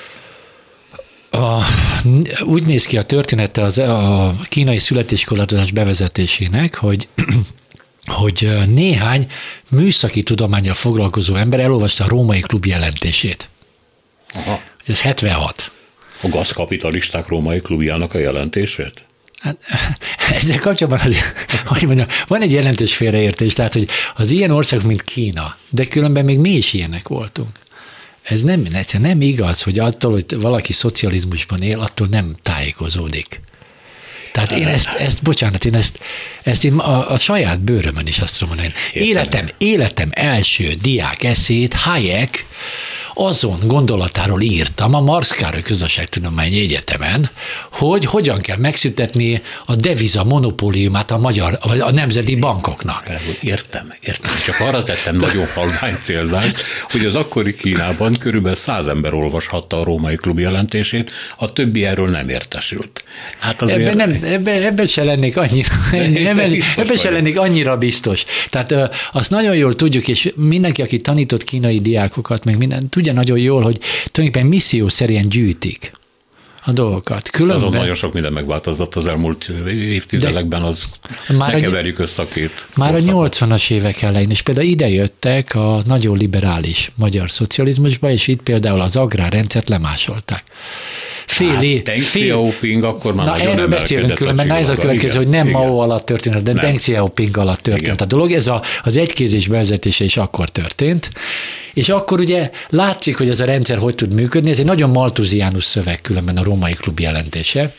a, úgy néz ki a története az, a kínai születéskorlátozás bevezetésének, hogy hogy néhány műszaki tudománnyal foglalkozó ember elolvasta a Római Klub jelentését. Aha. Ez hetvenhat. A gazkapitalisták Római Klubjának a jelentését? Hát, ezzel kapcsolatban az, hogy mondjam, van egy jelentős félreértés, tehát, hogy az ilyen országok, mint Kína, de különben még mi is ilyenek voltunk. Ez nem, egyszerűen nem igaz, hogy attól, hogy valaki szocializmusban él, attól nem tájékozódik. Tehát én ezt, ezt bocsánat, én ezt, ezt én a, a saját bőrömön is azt tudom mondani. Életem, életem első diák eszét Hayek azon gondolatáról írtam a Marx Károly Közösségtudományi Egyetemen, hogy hogyan kell megszüntetni a deviza monopóliumát a magyar, vagy a nemzeti bankoknak. Értem, értem. Csak arra tettem nagyon halvány célzást, hogy az akkori Kínában körülbelül száz ember olvashatta a Római Klub jelentését, a többi erről nem értesült. Hát azért... Ebben, nem, ebben, ebben se lennék annyira, ebben, ebben se lennék annyira biztos. Tehát azt nagyon jól tudjuk, és mindenki, aki tanított kínai diákokat, meg minden, tudja nagyon jól, hogy tulajdonképpen missziószerűen gyűjtik a dolgokat. Különben... Azon nagyon sok minden megváltozott az elmúlt évtizedekben, az már ne keverjük össze a két Már korszakot. A nyolcvanas évek elején, és például ide jöttek a nagyon liberális magyar szocializmusba, és itt például az agrárrendszert lemásolták. Fél év. Deng Xiaoping akkor már na, nagyon erről beszélünk különben, na ez a következő, hogy nem Mao alatt történt, de Deng Xiaoping alatt történt igen. a dolog. Ez a, az egykézés bevezetése is akkor történt. És akkor ugye látszik, hogy ez a rendszer hogy tud működni. Ez egy nagyon maltuziánus szöveg különben a Római Klub jelentése.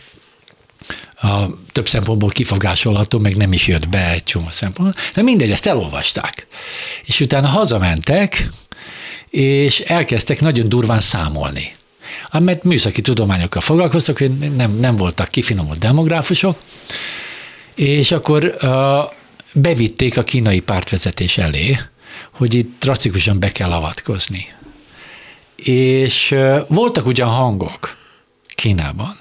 A több szempontból kifogásolható, meg nem is jött be egy csomó szempontból. De mindegy, ezt elolvasták. És utána hazamentek, és elkezdtek nagyon durván számolni. Mert műszaki tudományokkal foglalkoztak, hogy nem, nem voltak kifinomult demográfusok, és akkor uh, bevitték a kínai pártvezetés elé, hogy itt drasztikusan be kell avatkozni. És uh, voltak ugyan hangok Kínában,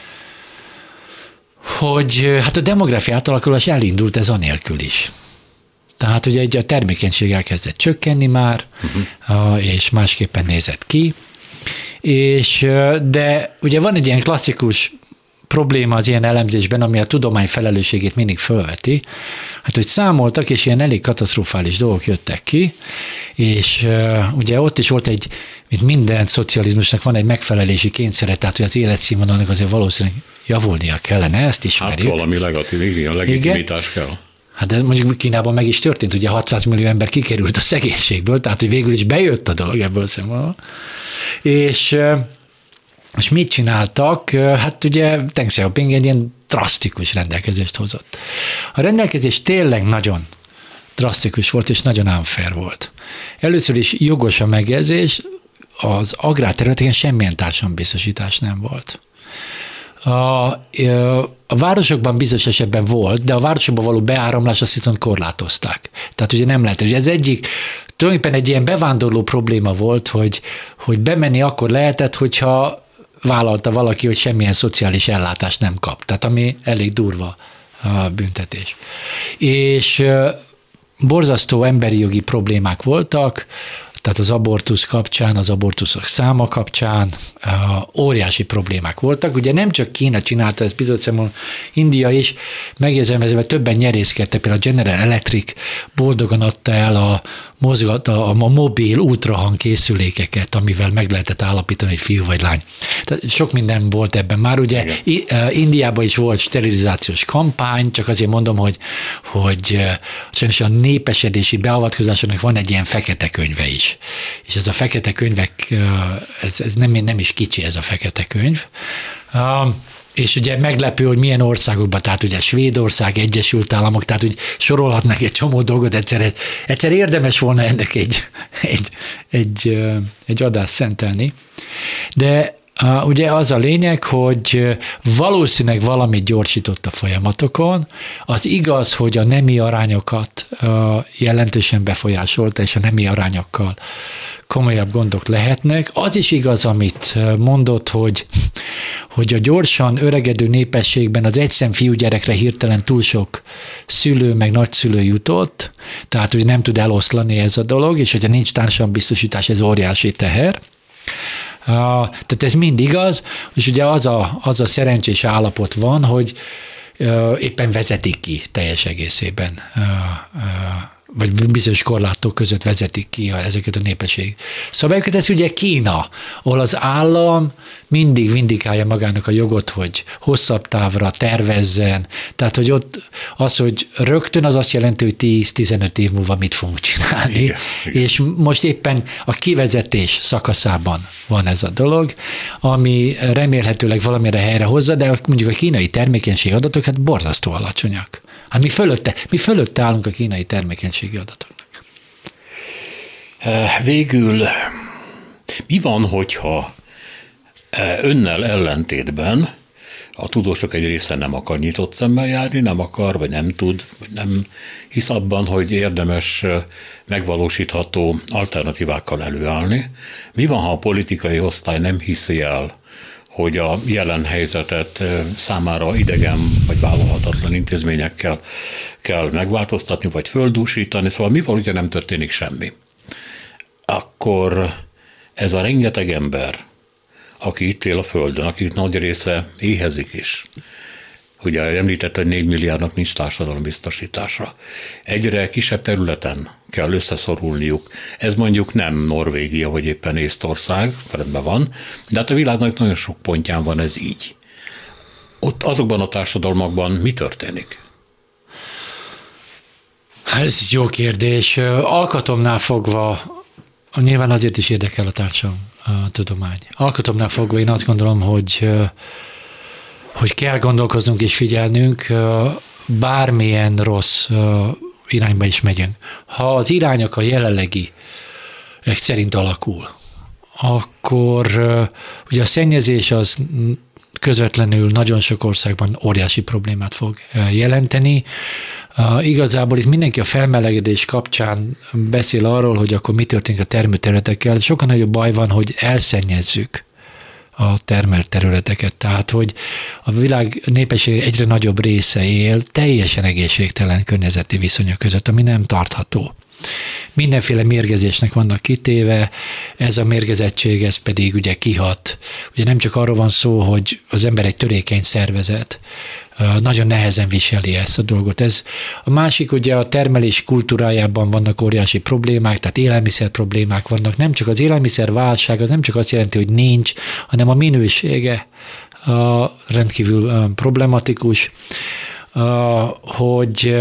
hogy uh, hát a demográfia átalakulás elindult ez anélkül is. Tehát ugye egy a termékenység elkezdett csökkenni már, uh-huh. uh, és másképpen nézett ki, és, de ugye van egy ilyen klasszikus probléma az ilyen elemzésben, ami a tudomány felelősségét mindig fölveti, hát hogy számoltak, és ilyen elég katasztrofális dolgok jöttek ki, és uh, ugye ott is volt egy, mint minden szocializmusnak van egy megfelelési kényszere, tehát hogy az életszínvonalnak azért valószínűleg javulnia kellene, ezt ismerjük. Hát valami legatív, igen, legitimitás kell. Hát de mondjuk Kínában meg is történt, ugye hatszáz millió ember kikerült a szegénységből, tehát hogy végül is bejött a dolog ebből szemben. És, és mit csináltak? Hát ugye Deng Xiaoping egy ilyen drasztikus rendelkezést hozott. A rendelkezés tényleg nagyon drasztikus volt, és nagyon unfair volt. Először is jogos a megjegyzés, az agrárterületeken semmilyen társadalombiztosítás nem volt. A, a városokban bizonyos esetben volt, de a városokban való beáramlás azt viszont korlátozták. Tehát ugye nem lehet. Ez egyik, tulajdonképpen egy ilyen bevándorló probléma volt, hogy, hogy bemenni akkor lehetett, hogyha vállalta valaki, hogy semmilyen szociális ellátást nem kap. Tehát ami elég durva a büntetés. És borzasztó emberi jogi problémák voltak, tehát az abortusz kapcsán, az abortuszok száma kapcsán uh, óriási problémák voltak. Ugye nem csak Kína csinálta ezt, bizonyos India is, megjegyzem, ezzel többen nyerészkedtek, például a General Electric boldogan adta el a, mozgat, a, a mobil ultrahang készülékeket, amivel meg lehetett állapítani, hogy fiú vagy lány. Tehát sok minden volt ebben már. Ugye igen. Indiában is volt sterilizációs kampány, csak azért mondom, hogy, hogy sajnos a népesedési beavatkozásoknak van egy ilyen fekete könyve is. És ez a fekete könyvek, ez, ez nem, nem is kicsi ez a fekete könyv. És ugye meglepő, hogy milyen országokban, tehát ugye Svédország, Egyesült Államok, tehát úgy sorolhatnak egy csomó dolgot, egyszer, egyszer érdemes volna ennek egy, egy, egy, egy adást szentelni. De Uh, ugye az a lényeg, hogy valószínűleg valamit gyorsított a folyamatokon. Az igaz, hogy a nemi arányokat uh, jelentősen befolyásolta, és a nemi arányokkal komolyabb gondok lehetnek. Az is igaz, amit mondott, hogy, hogy a gyorsan öregedő népességben az egyszem fiúgyerekre hirtelen túl sok szülő meg nagyszülő jutott, tehát hogy nem tud eloszlani ez a dolog, és hogyha nincs társadalombiztosítás, ez óriási teher. Uh, tehát ez mind igaz, és ugye az a, az a szerencsés állapot van, hogy éppen vezetik ki teljes egészében, vagy bizonyos korlátok között vezetik ki ezeket a népesség szabályokat. Ez ugye Kína, ahol az állam mindig vindikálja magának a jogot, hogy hosszabb távra tervezzen, tehát hogy ott az, hogy rögtön az azt jelenti, hogy tíz-tizenöt év múlva mit fogunk csinálni, igen, igen. És most éppen a kivezetés szakaszában van ez a dolog, ami remélhetőleg valamire helyre hozza, de mondjuk a kínai termékenység adatok hát borzasztó alacsonyak. Hát mi fölötte, mi fölötte állunk a kínai termékenységi adatoknak. Végül mi van, hogyha önnel ellentétben a tudósok egy része nem akar nyitott szemmel járni, nem akar, vagy nem tud, vagy nem hisz abban, hogy érdemes megvalósítható alternatívákkal előállni? Mi van, ha a politikai osztály nem hiszi el, hogy a jelen helyzetet számára idegen vagy vállalhatatlan intézményekkel kell megváltoztatni, vagy földúsítani, szóval mi van, hogyha nem történik semmi? Akkor ez a rengeteg ember, aki itt él a Földön, akik nagy része éhezik is, ugye említette, hogy négy milliárdnak nincs társadalombiztosítása. Egyre kisebb területen kell összeszorulniuk. Ez mondjuk nem Norvégia, vagy éppen Észtország, rendben van, de hát a világnak nagyon sok pontján van ez így. Ott azokban a társadalmakban mi történik? Ez jó kérdés. Alkatomnál fogva, nyilván azért is érdekel a társadalom, a tudomány. Alkatomnál fogva én azt gondolom, hogy hogy kell gondolkoznunk és figyelnünk, bármilyen rossz irányba is megyünk. Ha az irányok a jelenlegi szerint alakul, akkor ugye a szennyezés az közvetlenül nagyon sok országban óriási problémát fog jelenteni. Igazából itt mindenki a felmelegedés kapcsán beszél arról, hogy akkor mi történik a termőterületekkel. Sokkal nagyobb baj van, hogy elszennyezzük a termőterületeket. Tehát, hogy a világ népesség egyre nagyobb része él teljesen egészségtelen környezeti viszonyok között, ami nem tartható. Mindenféle mérgezésnek vannak kitéve, ez a mérgezettség, ez pedig ugye kihat. Ugye nem csak arról van szó, hogy az ember egy törékeny szervezet, nagyon nehezen viseli ezt a dolgot. Ez a másik, ugye a termelés kultúrájában vannak óriási problémák, tehát élelmiszer problémák vannak. Nem csak az élelmiszer válság, az nem csak azt jelenti, hogy nincs, hanem a minősége a rendkívül problematikus, hogy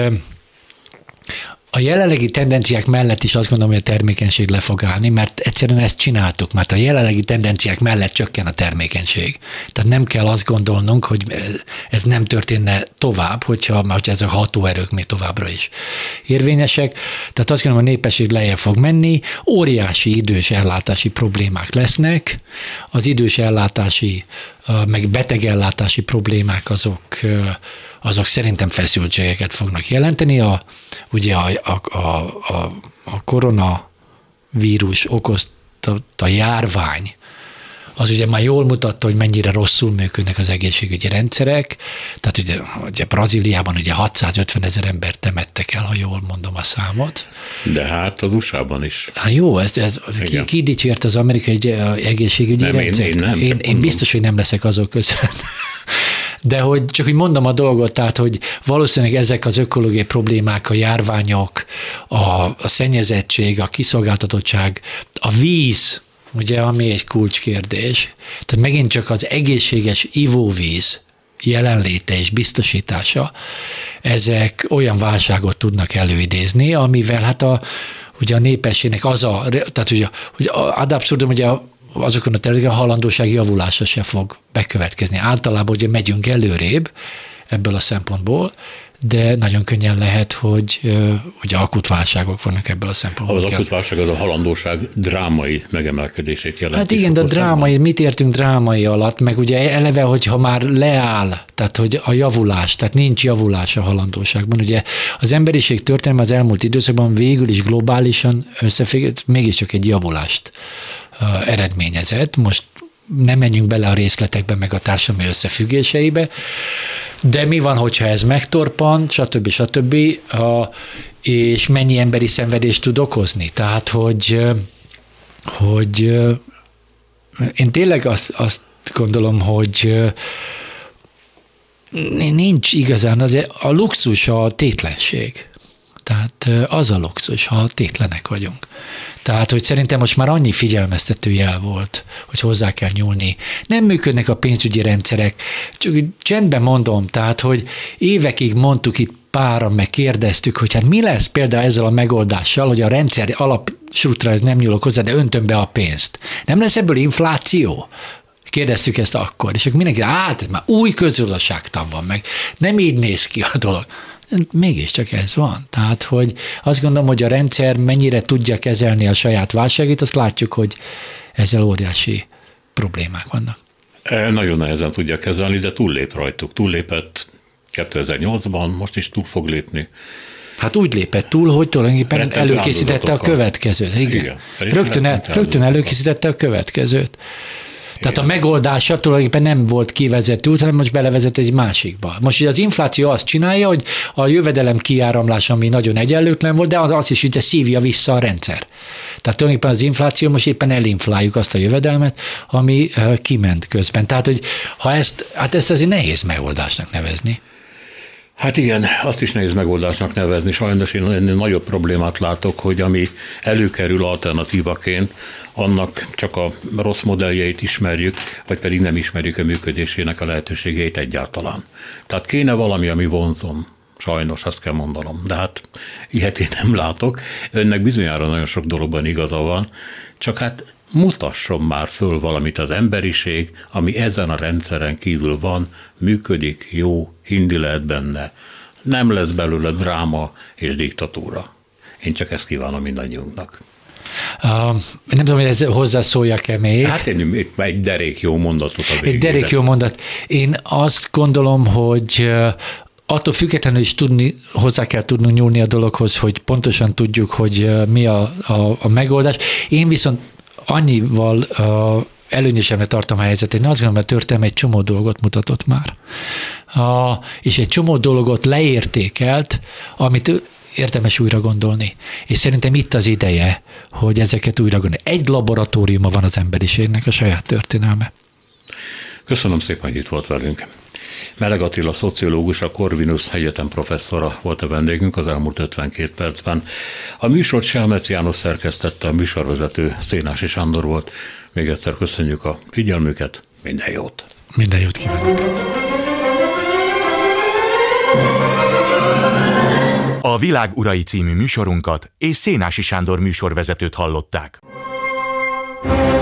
a jelenlegi tendenciák mellett is azt gondolom, hogy a termékenység le fog állni, mert egyszerűen ezt csináltuk, mert a jelenlegi tendenciák mellett csökken a termékenység. Tehát nem kell azt gondolnunk, hogy ez nem történne tovább, hogyha, hogyha ezek a hatóerők még továbbra is érvényesek. Tehát azt gondolom, a népesség lejjebb fog menni, óriási idős ellátási problémák lesznek, az idős ellátási, meg betegellátási problémák azok azok szerintem feszültségeket fognak jelenteni. A, ugye a, a, a, a koronavírus okozta a járvány, az ugye már jól mutatta, hogy mennyire rosszul működnek az egészségügyi rendszerek. Tehát ugye, ugye Brazíliában ugye hatszázötven ezer embert temettek el, ha jól mondom a számot. De hát az u es á-ban is. Hát jó, ez, ez, ki, ki dicsért az amerikai egészségügyi nem, rendszert? Én, én, nem, én, én biztos, hogy nem leszek azok között. De hogy csak úgy mondom a dolgot, tehát, hogy valószínűleg ezek az ökológiai problémák, a járványok, a, a szennyezettség, a kiszolgáltatottság, a víz, ugye, ami egy kulcskérdés. Tehát megint csak az egészséges ivóvíz jelenléte és biztosítása, ezek olyan válságot tudnak előidézni, amivel hát a, ugye a népességnek az a, tehát ugye, hogy ad abszurdum, ugye a azokon a területeken a halandóság javulása se fog bekövetkezni. Általában ugye megyünk előrébb ebből a szempontból, de nagyon könnyen lehet, hogy, hogy akut válságok vannak ebből a szempontból. Az akut válság az a halandóság drámai megemelkedését jelenti. Hát igen, de a drámai, mit értünk drámai alatt, meg ugye eleve, hogyha már leáll, tehát hogy a javulás, tehát nincs javulás a halandóságban. Ugye az emberiség történelme az elmúlt időszakban végül is globálisan összefüggött, mégiscsak egy javulást eredményezett. Most nem menjünk bele a részletekbe, meg a társadalmi összefüggéseibe, de mi van, hogyha ez megtorpan, stb. stb. És mennyi emberi szenvedést tud okozni? Tehát, hogy, hogy én tényleg azt, azt gondolom, hogy nincs igazán, azért a luxus a tétlenség. Tehát az a luxus, ha tétlenek vagyunk. Tehát, hogy szerintem most már annyi figyelmeztető jel volt, hogy hozzá kell nyúlni. Nem működnek a pénzügyi rendszerek, csak csendben mondom, tehát, hogy évekig mondtuk itt páran, meg kérdeztük, hogy hát mi lesz például ezzel a megoldással, hogy a rendszer alapsútra ez nem nyúlok hozzá, de öntöm be a pénzt. Nem lesz ebből infláció? Kérdeztük ezt akkor, és akkor mindenki, hát ez már új közgazdaságtan van meg, nem így néz ki a dolog. Mégiscsak ez van. Tehát, hogy azt gondolom, hogy a rendszer mennyire tudja kezelni a saját válságait, azt látjuk, hogy ezzel óriási problémák vannak. E, nagyon nehezen tudja kezelni, de túllép rajtuk. Túllépett kétezer-nyolcban, most is túl fog lépni. Hát úgy lépett túl, hogy tulajdonképpen előkészítette a következőt. Igen. Igen. Rögtön, el, rögtön előkészítette a következőt. Tehát igen. A megoldása tulajdonképpen nem volt kivezető út, hanem most belevezet egy másikba. Most az infláció azt csinálja, hogy a jövedelem kiáramlás, ami nagyon egyenlőtlen volt, de az, az is ugye szívja vissza a rendszer. Tehát tulajdonképpen az infláció, most éppen elinfláljuk azt a jövedelmet, ami uh, kiment közben. Tehát, hogy ha ezt, hát ezt azért nehéz megoldásnak nevezni. Hát igen, azt is nehéz megoldásnak nevezni. Sajnos én nagyobb problémát látok, hogy ami előkerül alternatívaként, annak csak a rossz modelljeit ismerjük, vagy pedig nem ismerjük a működésének a lehetőségeit egyáltalán. Tehát kéne valami, ami vonzon. Sajnos, azt kell mondanom. De hát ilyet én nem látok. Önnek bizonyára nagyon sok dologban igaza van, csak hát mutasson már föl valamit az emberiség, ami ezen a rendszeren kívül van, működik, jó, hindi lehet benne. Nem lesz belőle dráma és diktatúra. Én csak ezt kívánom mindannyiunknak. Uh, nem tudom, hogy ez hozzászóljak-e még. Hát én egy derék jó mondatot a végére. Egy derék jó mondat. Én azt gondolom, hogy attól függetlenül is tudni, hozzá kell tudnunk nyúlni a dologhoz, hogy pontosan tudjuk, hogy mi a, a, a megoldás. Én viszont annyival uh, előnyösemre tartom a helyzetet. Én azt gondolom, hogy a történelem egy csomó dolgot mutatott már. Uh, és egy csomó dolgot leértékelt, amit érdemes újra gondolni. És szerintem itt az ideje, hogy ezeket újra gondolni. Egy laboratóriuma van az emberiségnek, a saját történelme. Köszönöm szépen, hogy itt volt velünk. Meleg Attila szociológus, a Corvinus Egyetem professzora volt a vendégünk az elmúlt ötvenkét percben. A műsort Selmeci János szerkesztette, a műsorvezető Szénási Sándor volt. Még egyszer köszönjük a figyelmüket, minden jót! Minden jót kívánok! A Világ urai című műsorunkat és Szénási Sándor műsorvezetőt hallották.